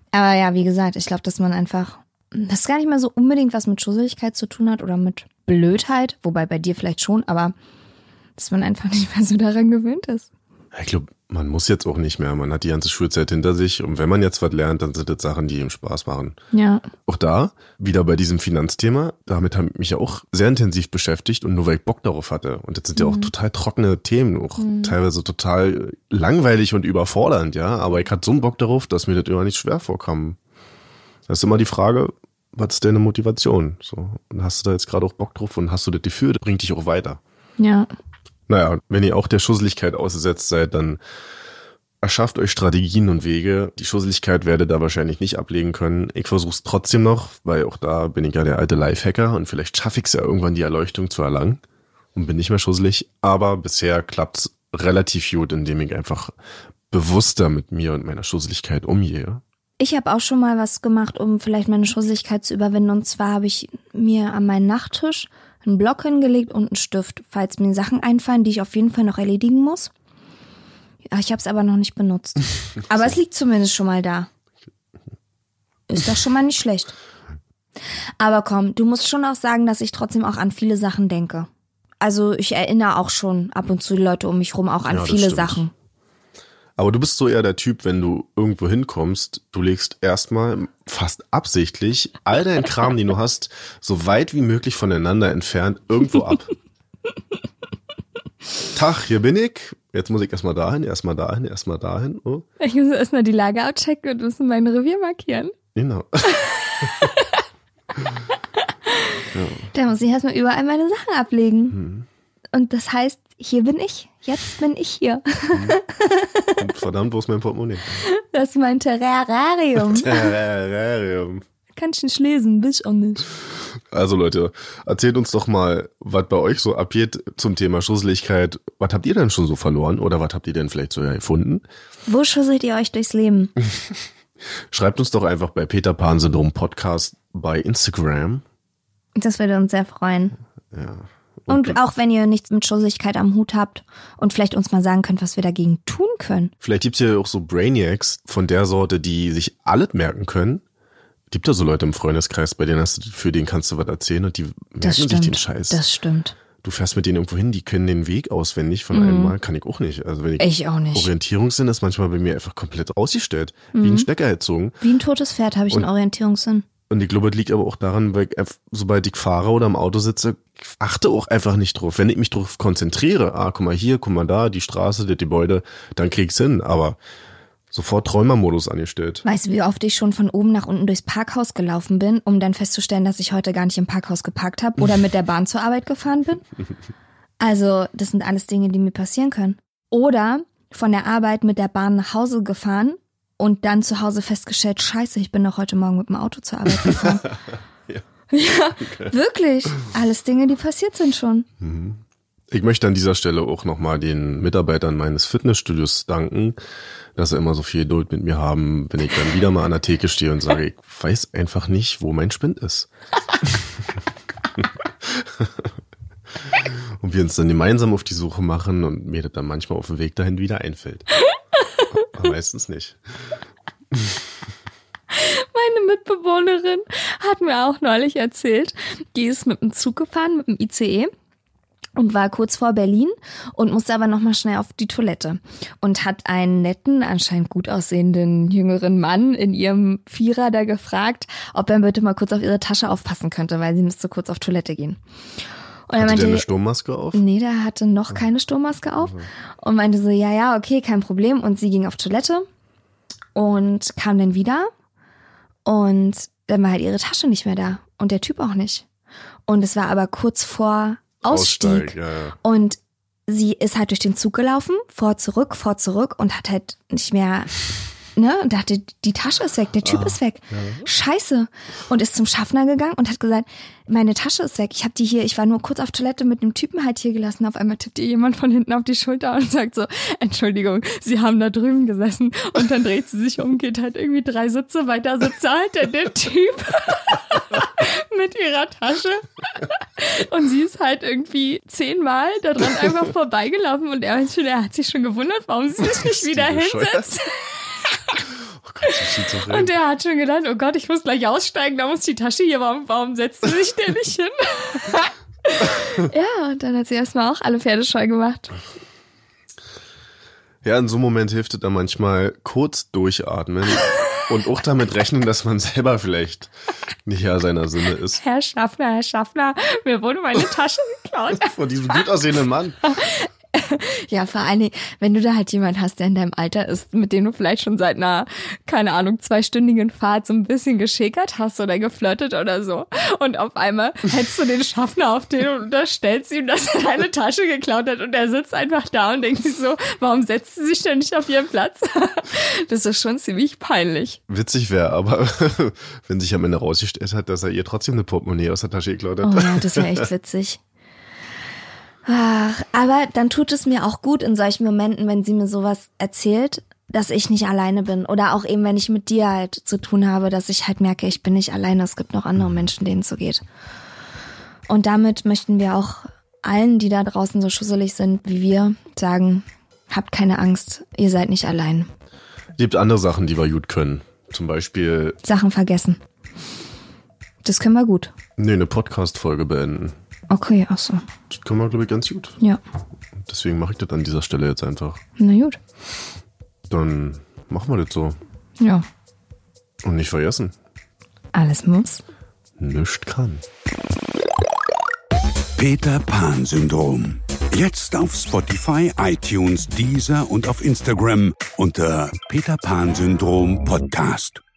Aber ja, wie gesagt, ich glaube, dass man einfach, das gar nicht mal so unbedingt was mit Schusseligkeit zu tun hat oder mit Blödheit, wobei bei dir vielleicht schon, aber dass man einfach nicht mehr so daran gewöhnt ist. Ich glaube, man muss jetzt auch nicht mehr. Man hat die ganze Schulzeit hinter sich und wenn man jetzt was lernt, dann sind das Sachen, die ihm Spaß machen. Ja. Auch da, wieder bei diesem Finanzthema, damit habe ich mich ja auch sehr intensiv beschäftigt und nur weil ich Bock darauf hatte. Und das sind ja auch Mhm. total trockene Themen, auch Mhm. teilweise total langweilig und überfordernd, ja. Aber ich hatte so einen Bock darauf, dass mir das immer nicht schwer vorkam. Das ist immer die Frage, was ist deine Motivation? So, und hast du da jetzt gerade auch Bock drauf und hast du das Gefühl, das bringt dich auch weiter? Ja. Naja, wenn ihr auch der Schusseligkeit ausgesetzt seid, dann erschafft euch Strategien und Wege. Die Schusseligkeit werde da wahrscheinlich nicht ablegen können. Ich versuche es trotzdem noch, weil auch da bin ich ja der alte Lifehacker und vielleicht schaffe ich es ja irgendwann, die Erleuchtung zu erlangen und bin nicht mehr schusselig. Aber bisher klappt es relativ gut, indem ich einfach bewusster mit mir und meiner Schusseligkeit umgehe. Ich habe auch schon mal was gemacht, um vielleicht meine Schusseligkeit zu überwinden. Und zwar habe ich mir an meinen Nachttisch einen Block hingelegt und einen Stift, falls mir Sachen einfallen, die ich auf jeden Fall noch erledigen muss. Ja, ich habe es aber noch nicht benutzt. Aber es liegt zumindest schon mal da. Ist doch schon mal nicht schlecht. Aber komm, du musst schon auch sagen, dass ich trotzdem auch an viele Sachen denke. Also ich erinnere auch schon ab und zu die Leute um mich rum auch an Ja, das viele stimmt. Sachen. Aber du bist so eher der Typ, wenn du irgendwo hinkommst, du legst erstmal fast absichtlich all deinen Kram, den du hast, so weit wie möglich voneinander entfernt irgendwo ab. Tag, hier bin ich. Jetzt muss ich erstmal dahin, erstmal dahin, erstmal dahin. Oh, Ich muss erstmal die Lage auschecken und muss mein Revier markieren. genau. Da muss ich erstmal überall meine Sachen ablegen. Hm. Und das heißt, hier bin ich. Jetzt bin ich hier. Und verdammt, wo ist mein Portemonnaie? Das ist mein Terrarium. Terrarium. Kann ich nicht lesen, will ich auch nicht. Also Leute, erzählt uns doch mal, was bei euch so abgeht zum Thema Schusseligkeit. Was habt ihr denn schon so verloren oder was habt ihr denn vielleicht so gefunden? Wo schusselt ihr euch durchs Leben? Schreibt uns doch einfach bei Peter Pan Syndrom Podcast bei Instagram. Das würde uns sehr freuen. Ja. Und auch wenn ihr nichts mit Schusseligkeit am Hut habt und vielleicht uns mal sagen könnt, was wir dagegen tun können. Vielleicht gibt's ja auch so Brainiacs von der Sorte, die sich alles merken können. Gibt ja so Leute im Freundeskreis, bei denen hast du, für den kannst du was erzählen und die Das merken sich den stimmt. Scheiß. Das stimmt. Du fährst mit denen irgendwo hin, die können den Weg auswendig von Mhm. einem Mal, kann ich auch nicht. Also wenn ich, Ich auch nicht. Orientierungssinn ist manchmal bei mir einfach komplett ausgestellt, wie ein Stecker erzogen. Wie ein totes Pferd habe ich Und- einen Orientierungssinn. Und ich glaube, das liegt aber auch daran, weil ich, einfach- sobald ich fahre oder im Auto sitze, ich achte auch einfach nicht drauf. Wenn ich mich drauf konzentriere, ah, guck mal hier, guck mal da, die Straße, das Gebäude, dann krieg's hin. Aber sofort Träumermodus angestellt. Weißt du, wie oft ich schon von oben nach unten durchs Parkhaus gelaufen bin, um dann festzustellen, dass ich heute gar nicht im Parkhaus geparkt habe oder mit der Bahn zur Arbeit gefahren bin? Also, das sind alles Dinge, die mir passieren können. Oder von der Arbeit mit der Bahn nach Hause gefahren und dann zu Hause festgestellt, scheiße, ich bin doch heute Morgen mit dem Auto zur Arbeit gefahren. Ja. Ja, wirklich. Alles Dinge, die passiert sind schon. Ich möchte an dieser Stelle auch nochmal den Mitarbeitern meines Fitnessstudios danken, dass sie immer so viel Geduld mit mir haben, wenn ich dann wieder mal an der Theke stehe und sage, ich weiß einfach nicht, wo mein Spind ist. Und wir uns dann gemeinsam auf die Suche machen und mir das dann manchmal auf dem Weg dahin wieder einfällt. Aber meistens nicht. Meine Mitbewohnerin hat mir auch neulich erzählt, die ist mit dem Zug gefahren, mit dem I C E und war kurz vor Berlin und musste aber nochmal schnell auf die Toilette und hat einen netten, anscheinend gut aussehenden jüngeren Mann in ihrem Vierer da gefragt, ob er bitte mal kurz auf ihre Tasche aufpassen könnte, weil sie müsste kurz auf Toilette gehen. Und er Hatte meinte, der eine Sturmmaske auf? nee, der hatte noch keine Sturmmaske auf und meinte so, ja, ja, okay, kein Problem. Und sie ging auf Toilette und kam dann wieder und dann war halt ihre Tasche nicht mehr da und der Typ auch nicht. Und es war aber kurz vor Ausstieg. Aussteig, ja, ja. Und sie ist halt durch den Zug gelaufen, vor, zurück, vor, zurück und hat halt nicht mehr, ne, und dachte, die Tasche ist weg, der Typ Ah, ist weg. ja. Scheiße. Und ist zum Schaffner gegangen und hat gesagt, meine Tasche ist weg. Ich habe die hier, ich war nur kurz auf Toilette mit einem Typen halt hier gelassen. Auf einmal tippt ihr jemand von hinten auf die Schulter und sagt so, Entschuldigung, Sie haben da drüben gesessen. Und dann dreht sie sich um, geht halt irgendwie drei Sitze weiter, sitzt da halt der, der Typ mit ihrer Tasche. Und sie ist halt irgendwie zehnmal da dran einfach vorbeigelaufen und er, er hat sich schon gewundert, warum sie sich nicht Ist die wieder bescheuert? hinsetzt. Oh Und der hat schon gedacht, oh Gott, ich muss gleich aussteigen, da muss die Tasche hier, warum, warum setzt sie sich denn nicht hin? Ja, und dann hat sie erstmal auch alle Pferde scheu gemacht. Ja, in so einem Moment hilft es dann manchmal kurz durchatmen und auch damit rechnen, dass man selber vielleicht nicht Herr seiner Sinne ist. Herr Schaffner, Herr Schaffner, mir wurde meine Tasche geklaut. Von diesem gut aussehenden Mann. Ja, vor allen Dingen, wenn du da halt jemand hast, der in deinem Alter ist, mit dem du vielleicht schon seit einer, keine Ahnung, zweistündigen Fahrt so ein bisschen geschickert hast oder geflirtet oder so. Und auf einmal hältst du den Schaffner auf den und unterstellst ihm, dass er deine Tasche geklaut hat und er sitzt einfach da und denkt sich so, warum setzt sie sich denn nicht auf ihren Platz? Das ist schon ziemlich peinlich. Witzig wäre, aber wenn sich am Ende rausgestellt hat, dass er ihr trotzdem eine Portemonnaie aus der Tasche geklaut hat. Oh ja, das wäre echt witzig. Ach, aber dann tut es mir auch gut in solchen Momenten, wenn sie mir sowas erzählt, dass ich nicht alleine bin. Oder auch eben, wenn ich mit dir halt zu tun habe, dass ich halt merke, ich bin nicht alleine, es gibt noch andere Menschen, denen es so geht. Und damit möchten wir auch allen, die da draußen so schusselig sind wie wir, sagen, habt keine Angst, ihr seid nicht allein. Es gibt andere Sachen, die wir gut können. Zum Beispiel Sachen vergessen. Das können wir gut. Nee, eine Podcast-Folge beenden. Okay, ach so. Das können wir, glaube ich, ganz gut. Ja. Deswegen mache ich das an dieser Stelle jetzt einfach. Na gut. Dann machen wir das so. Ja. Und nicht vergessen. Alles muss. Nischt kann. Peter Pan-Syndrom. Jetzt auf Spotify, iTunes, Deezer und auf Instagram unter Peter Pan-Syndrom Podcast.